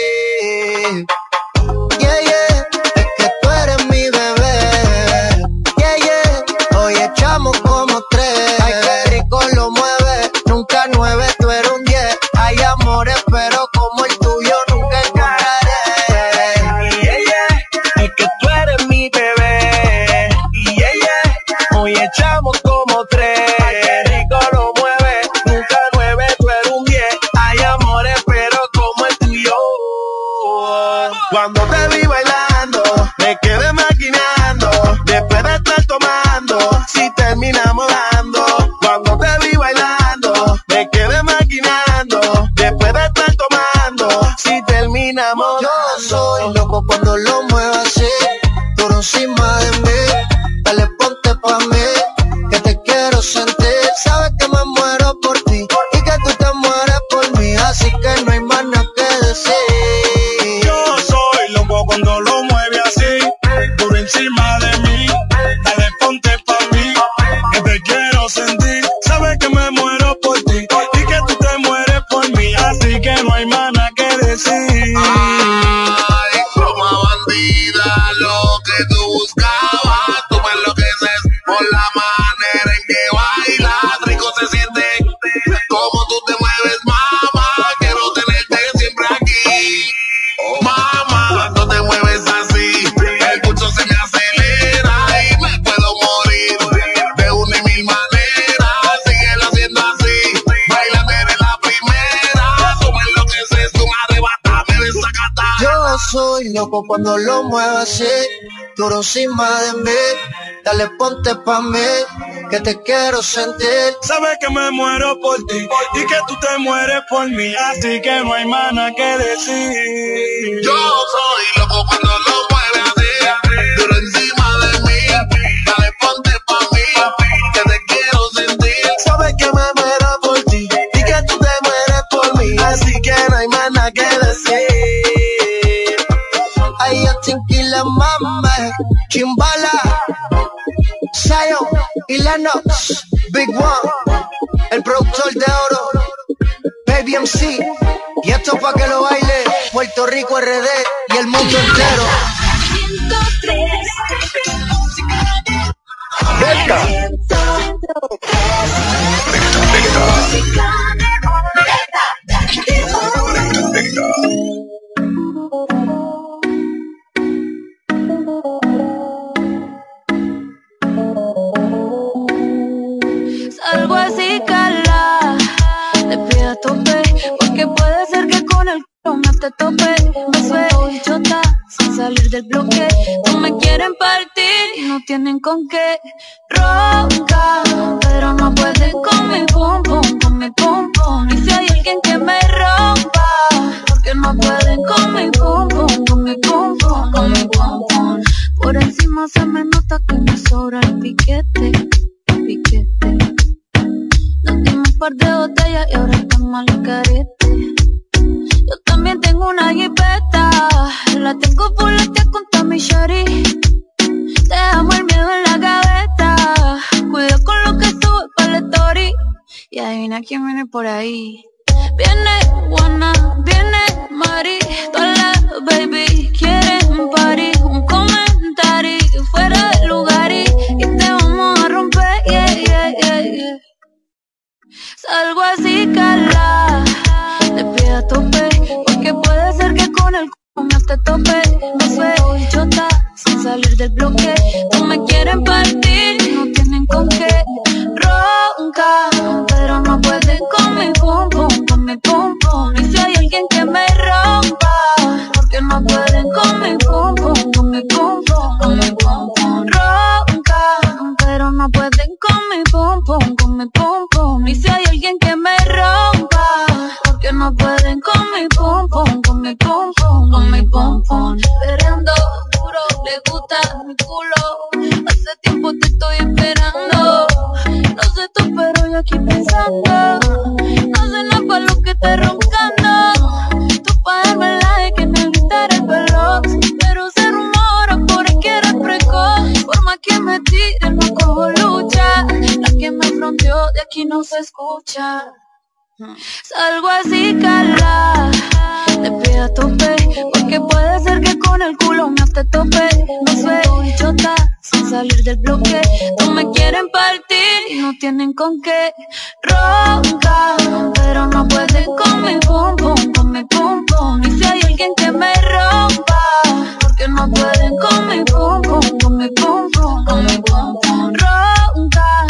Yeah, yeah, es que tú eres mi bebé. Yeah, yeah, hoy echamos como tres. Ay, qué rico lo mueve, nunca nueve, tú eres un diez. Hay amores, pero como el tuyo nunca encontraré. Yeah, yeah, es que tú eres mi bebé. Yeah, yeah, hoy echamos como tres. Ay, qué rico lo mueve, nunca nueve, tú eres un diez. Hay amores, pero como el tuyo. Cuando te vi bailando, me quedé maquinando. Después de estar tomando, si terminamos dando. Cuando te vi bailando, me quedé maquinando. Después de estar tomando, si terminamos Yo dando. soy loco cuando lo muevo así, duro encima de mí. Dale, ponte pa' mí, que te quiero sentir. Sabes que me muero por ti y que tú te mueres por mí, así que no hay más nada que decir. Yo soy loco cuando lo mueve así, duro encima de mí. Dale, ponte pa' mí, que te quiero se siente como tú te mueves, mamá. Quiero tenerte siempre aquí, mamá. Cuando te mueves así, el pulso se me acelera y me puedo morir de una y mil maneras. Síguelo haciendo así, bailame de la primera. Tú me enloqueces, tú me arrebatas, me desacatas. Yo soy loco cuando lo muevo así, duro encima de mí. Dale, ponte pa' mí, que te quiero sentir. Sabes que me muero por ti y que tú te mueres por mí, así que no hay más nada que decir. Yo soy loco cuando lo mueves así, duro encima de mí. Dale, ponte pa' mí, que te quiero sentir. Sabes que me muero por ti y que tú te mueres por mí, así que no hay más nada que decir. Ay, yo tranquila, mamá, Chimbala, Zion y Lennox, Big One, el productor de oro, Baby M C, y esto pa' que lo baile Puerto Rico, R D y el mundo entero. Delta. Salgo así, cala, te pido a tope, porque puede ser que con el culo no te tope. Me suelo y chota, sin salir del bloque. No me quieren partir y no tienen con qué. Ronca, pero no pueden con mi pum pum, con mi pum pum. Y si hay alguien que me rompa, porque no pueden con mi pum pum, con mi pum pum, con mi pum pum. Por encima se me nota que me sobra el piquete, piquete. Nos dimos un par de botellas y ahora estamos al carete. Yo también tengo una jipeta, la tengo fuletea con Tommy Shari. Dejamos el miedo en la gaveta, cuida con lo que sube para la story. Y adivina quién viene por ahí. Viene Juana, viene Mari, todas las baby quieren party. Un comentario fuera del lugar y, y te vamos a romper, yeah, yeah, yeah, yeah. Salgo así, cala, te pido a tope, porque puede ser que con el culo no te tope. Me suelo y chota, sin salir del bloque. No me quieren partir, no tienen con qué. Ronca, pero no pueden con mi pum pum, con mi pum pum. Y si hay alguien que me rompa, porque no pueden con mi pum pum, con mi pum pum, con mi pum pum. Ronca, pero no pueden con mi pum pum, con mi pum pum. Y si hay alguien que me rompa, porque no pueden con mi pum pum, con mi pum pum, con mi pum pum. Esperando duro, le gusta mi culo. Hace tiempo te estoy esperando. No sé tú, pero yo aquí pensando. No sé nada pa' lo que te roncando. Tú pa' darme like que me gritar el veloz, pero se rumora por ahí que eres precoz. Por más que me tire no cojo lucha. La que me fronteó de aquí no se escucha. Salgo así, cala, te pido a tope, porque puede ser que con el culo me te tope. Me suelo y chota, sin salir del bloque. No me quieren partir y no tienen con qué. Ronca, pero no pueden con mi pum pum, con mi pum pum. Y si hay alguien que me rompa, porque no pueden con mi pum pum, con mi pum pum, con mi pum pum. Ronca.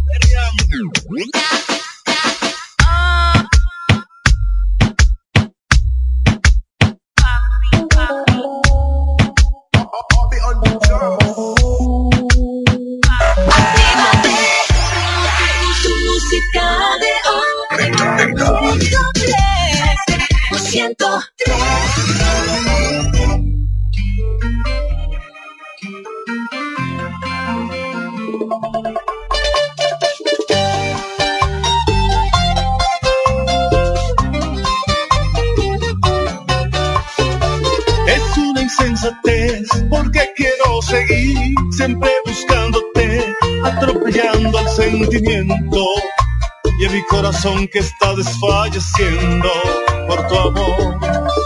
ciento tres. Es una insensatez porque quiero seguir siempre buscándote, atropellando al sentimiento y en mi corazón que está desfalleciendo por tu amor.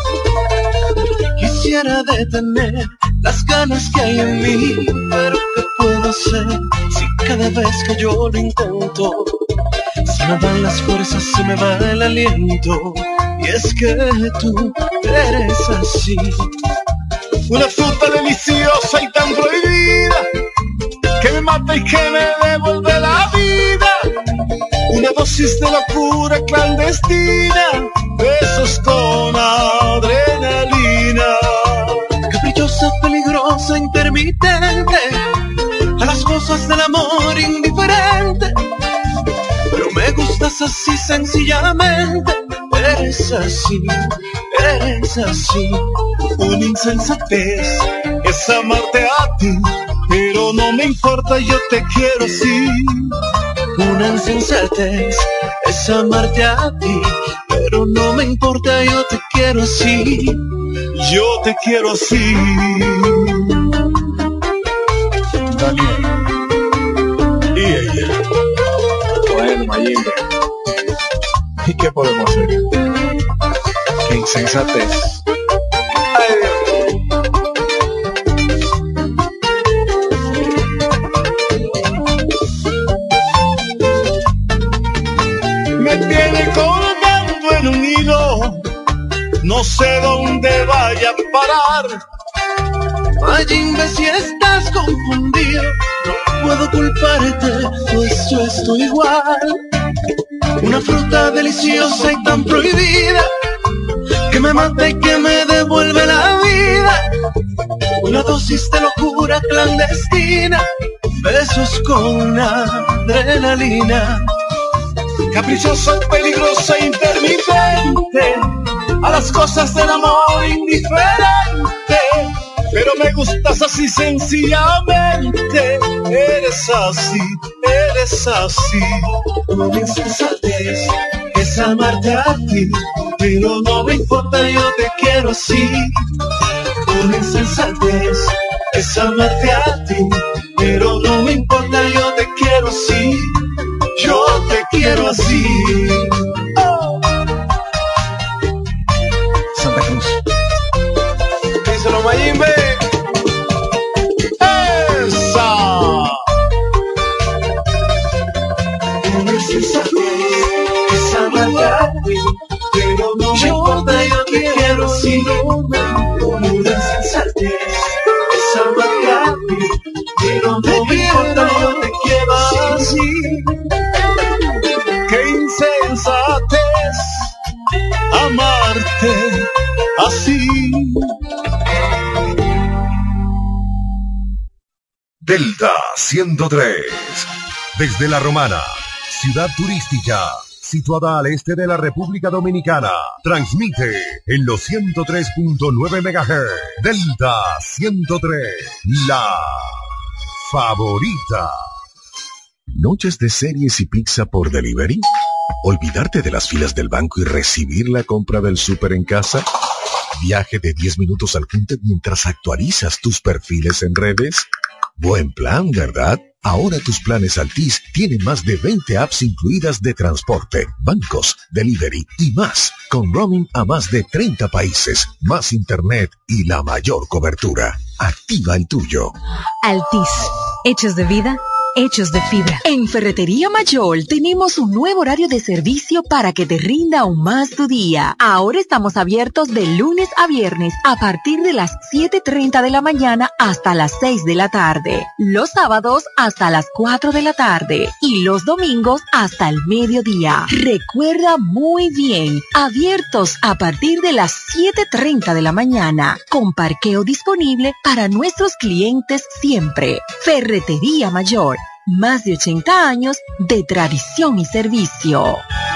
Quisiera detener las ganas que hay en mí, pero ¿qué puedo hacer si cada vez que yo lo intento acaban las fuerzas, se me va el aliento. Y es que tú eres así, una fruta deliciosa y tan prohibida, que me mata y que me devuelve la vida. Una dosis de locura clandestina, besos con adrenalina. Caprichosa, peligrosa, intermitente, a las cosas del amor indiferente. Pero me gustas así sencillamente. Eres así, eres así. Una insensatez es amarte a ti, pero no me importa, yo te quiero así. Una insensatez es amarte a ti, pero no me importa, yo te quiero así. Yo te quiero así. Daniel y ella. Bueno, Mayimbe, ¿y qué podemos hacer? Qué insensatez. Ay, me tiene colgando en un hilo, no sé dónde vaya a parar. Mayimbe, si estás confundido, no puedo culparte, pues yo estoy igual. Una fruta deliciosa y tan prohibida, que me mata y que me devuelve la vida. Una dosis de locura clandestina, besos con adrenalina. Caprichosa, peligrosa, intermitente, a las cosas del amor indiferente. Pero me gustas así sencillamente. Eres así, eres así. Una insensatez es amarte a ti, pero no me importa, yo te quiero así. Una insensatez es amarte a ti, pero no me importa, yo te quiero así. Yo te quiero así. Oh. Santa Cruz. Díselo, Mayimbe. ¡Esa! Una insensatez es amarte a ti, pero no me importa, yo te quiero así. Una insensatez es amarte a ti, pero no me importa, yo te quiero así. Qué insensatez amarte así. Delta ciento tres. Desde La Romana, ciudad turística, situada al este de la República Dominicana, transmite en los ciento tres punto nueve megahertz. Delta ciento tres, la favorita. ¿Noches de series y pizza por delivery? ¿Olvidarte de las filas del banco y recibir la compra del súper en casa? ¿Viaje de diez minutos al Punta mientras actualizas tus perfiles en redes? Buen plan, ¿verdad? Ahora tus planes Altis tienen más de veinte apps incluidas de transporte, bancos, delivery y más, con roaming a más de treinta países, más internet y la mayor cobertura. Activa el tuyo. Altis, hechos de vida, hechos de fibra. En Ferretería Mayor tenemos un nuevo horario de servicio para que te rinda aún más tu día. Ahora estamos abiertos de lunes a viernes a partir de las siete y treinta de la mañana hasta las seis de la tarde. Los sábados hasta las cuatro de la tarde y los domingos hasta el mediodía. Recuerda muy bien, abiertos a partir de las siete y treinta de la mañana, con parqueo disponible para nuestros clientes siempre. Ferretería Mayor. Más de ochenta años de tradición y servicio.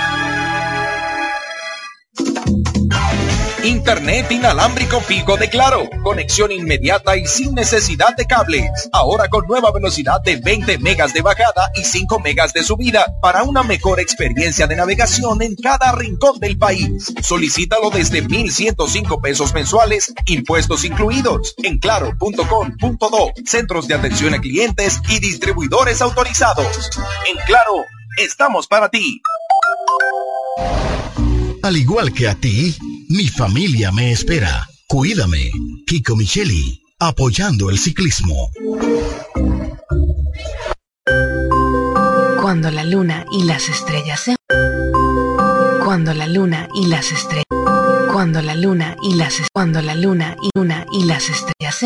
Internet inalámbrico fijo de Claro. Conexión inmediata y sin necesidad de cables. Ahora con nueva velocidad de veinte megas de bajada y cinco megas de subida para una mejor experiencia de navegación en cada rincón del país. Solicítalo desde mil ciento cinco pesos mensuales, impuestos incluidos, en claro punto com punto do, centros de atención a clientes y distribuidores autorizados. En Claro, estamos para ti. Al igual que a ti, mi familia me espera. Cuídame. Kiko Micheli, apoyando el ciclismo. Cuando la luna y las estrellas se Cuando la luna y las estrellas. Cuando la luna y las cuando la luna y luna y las estrellas se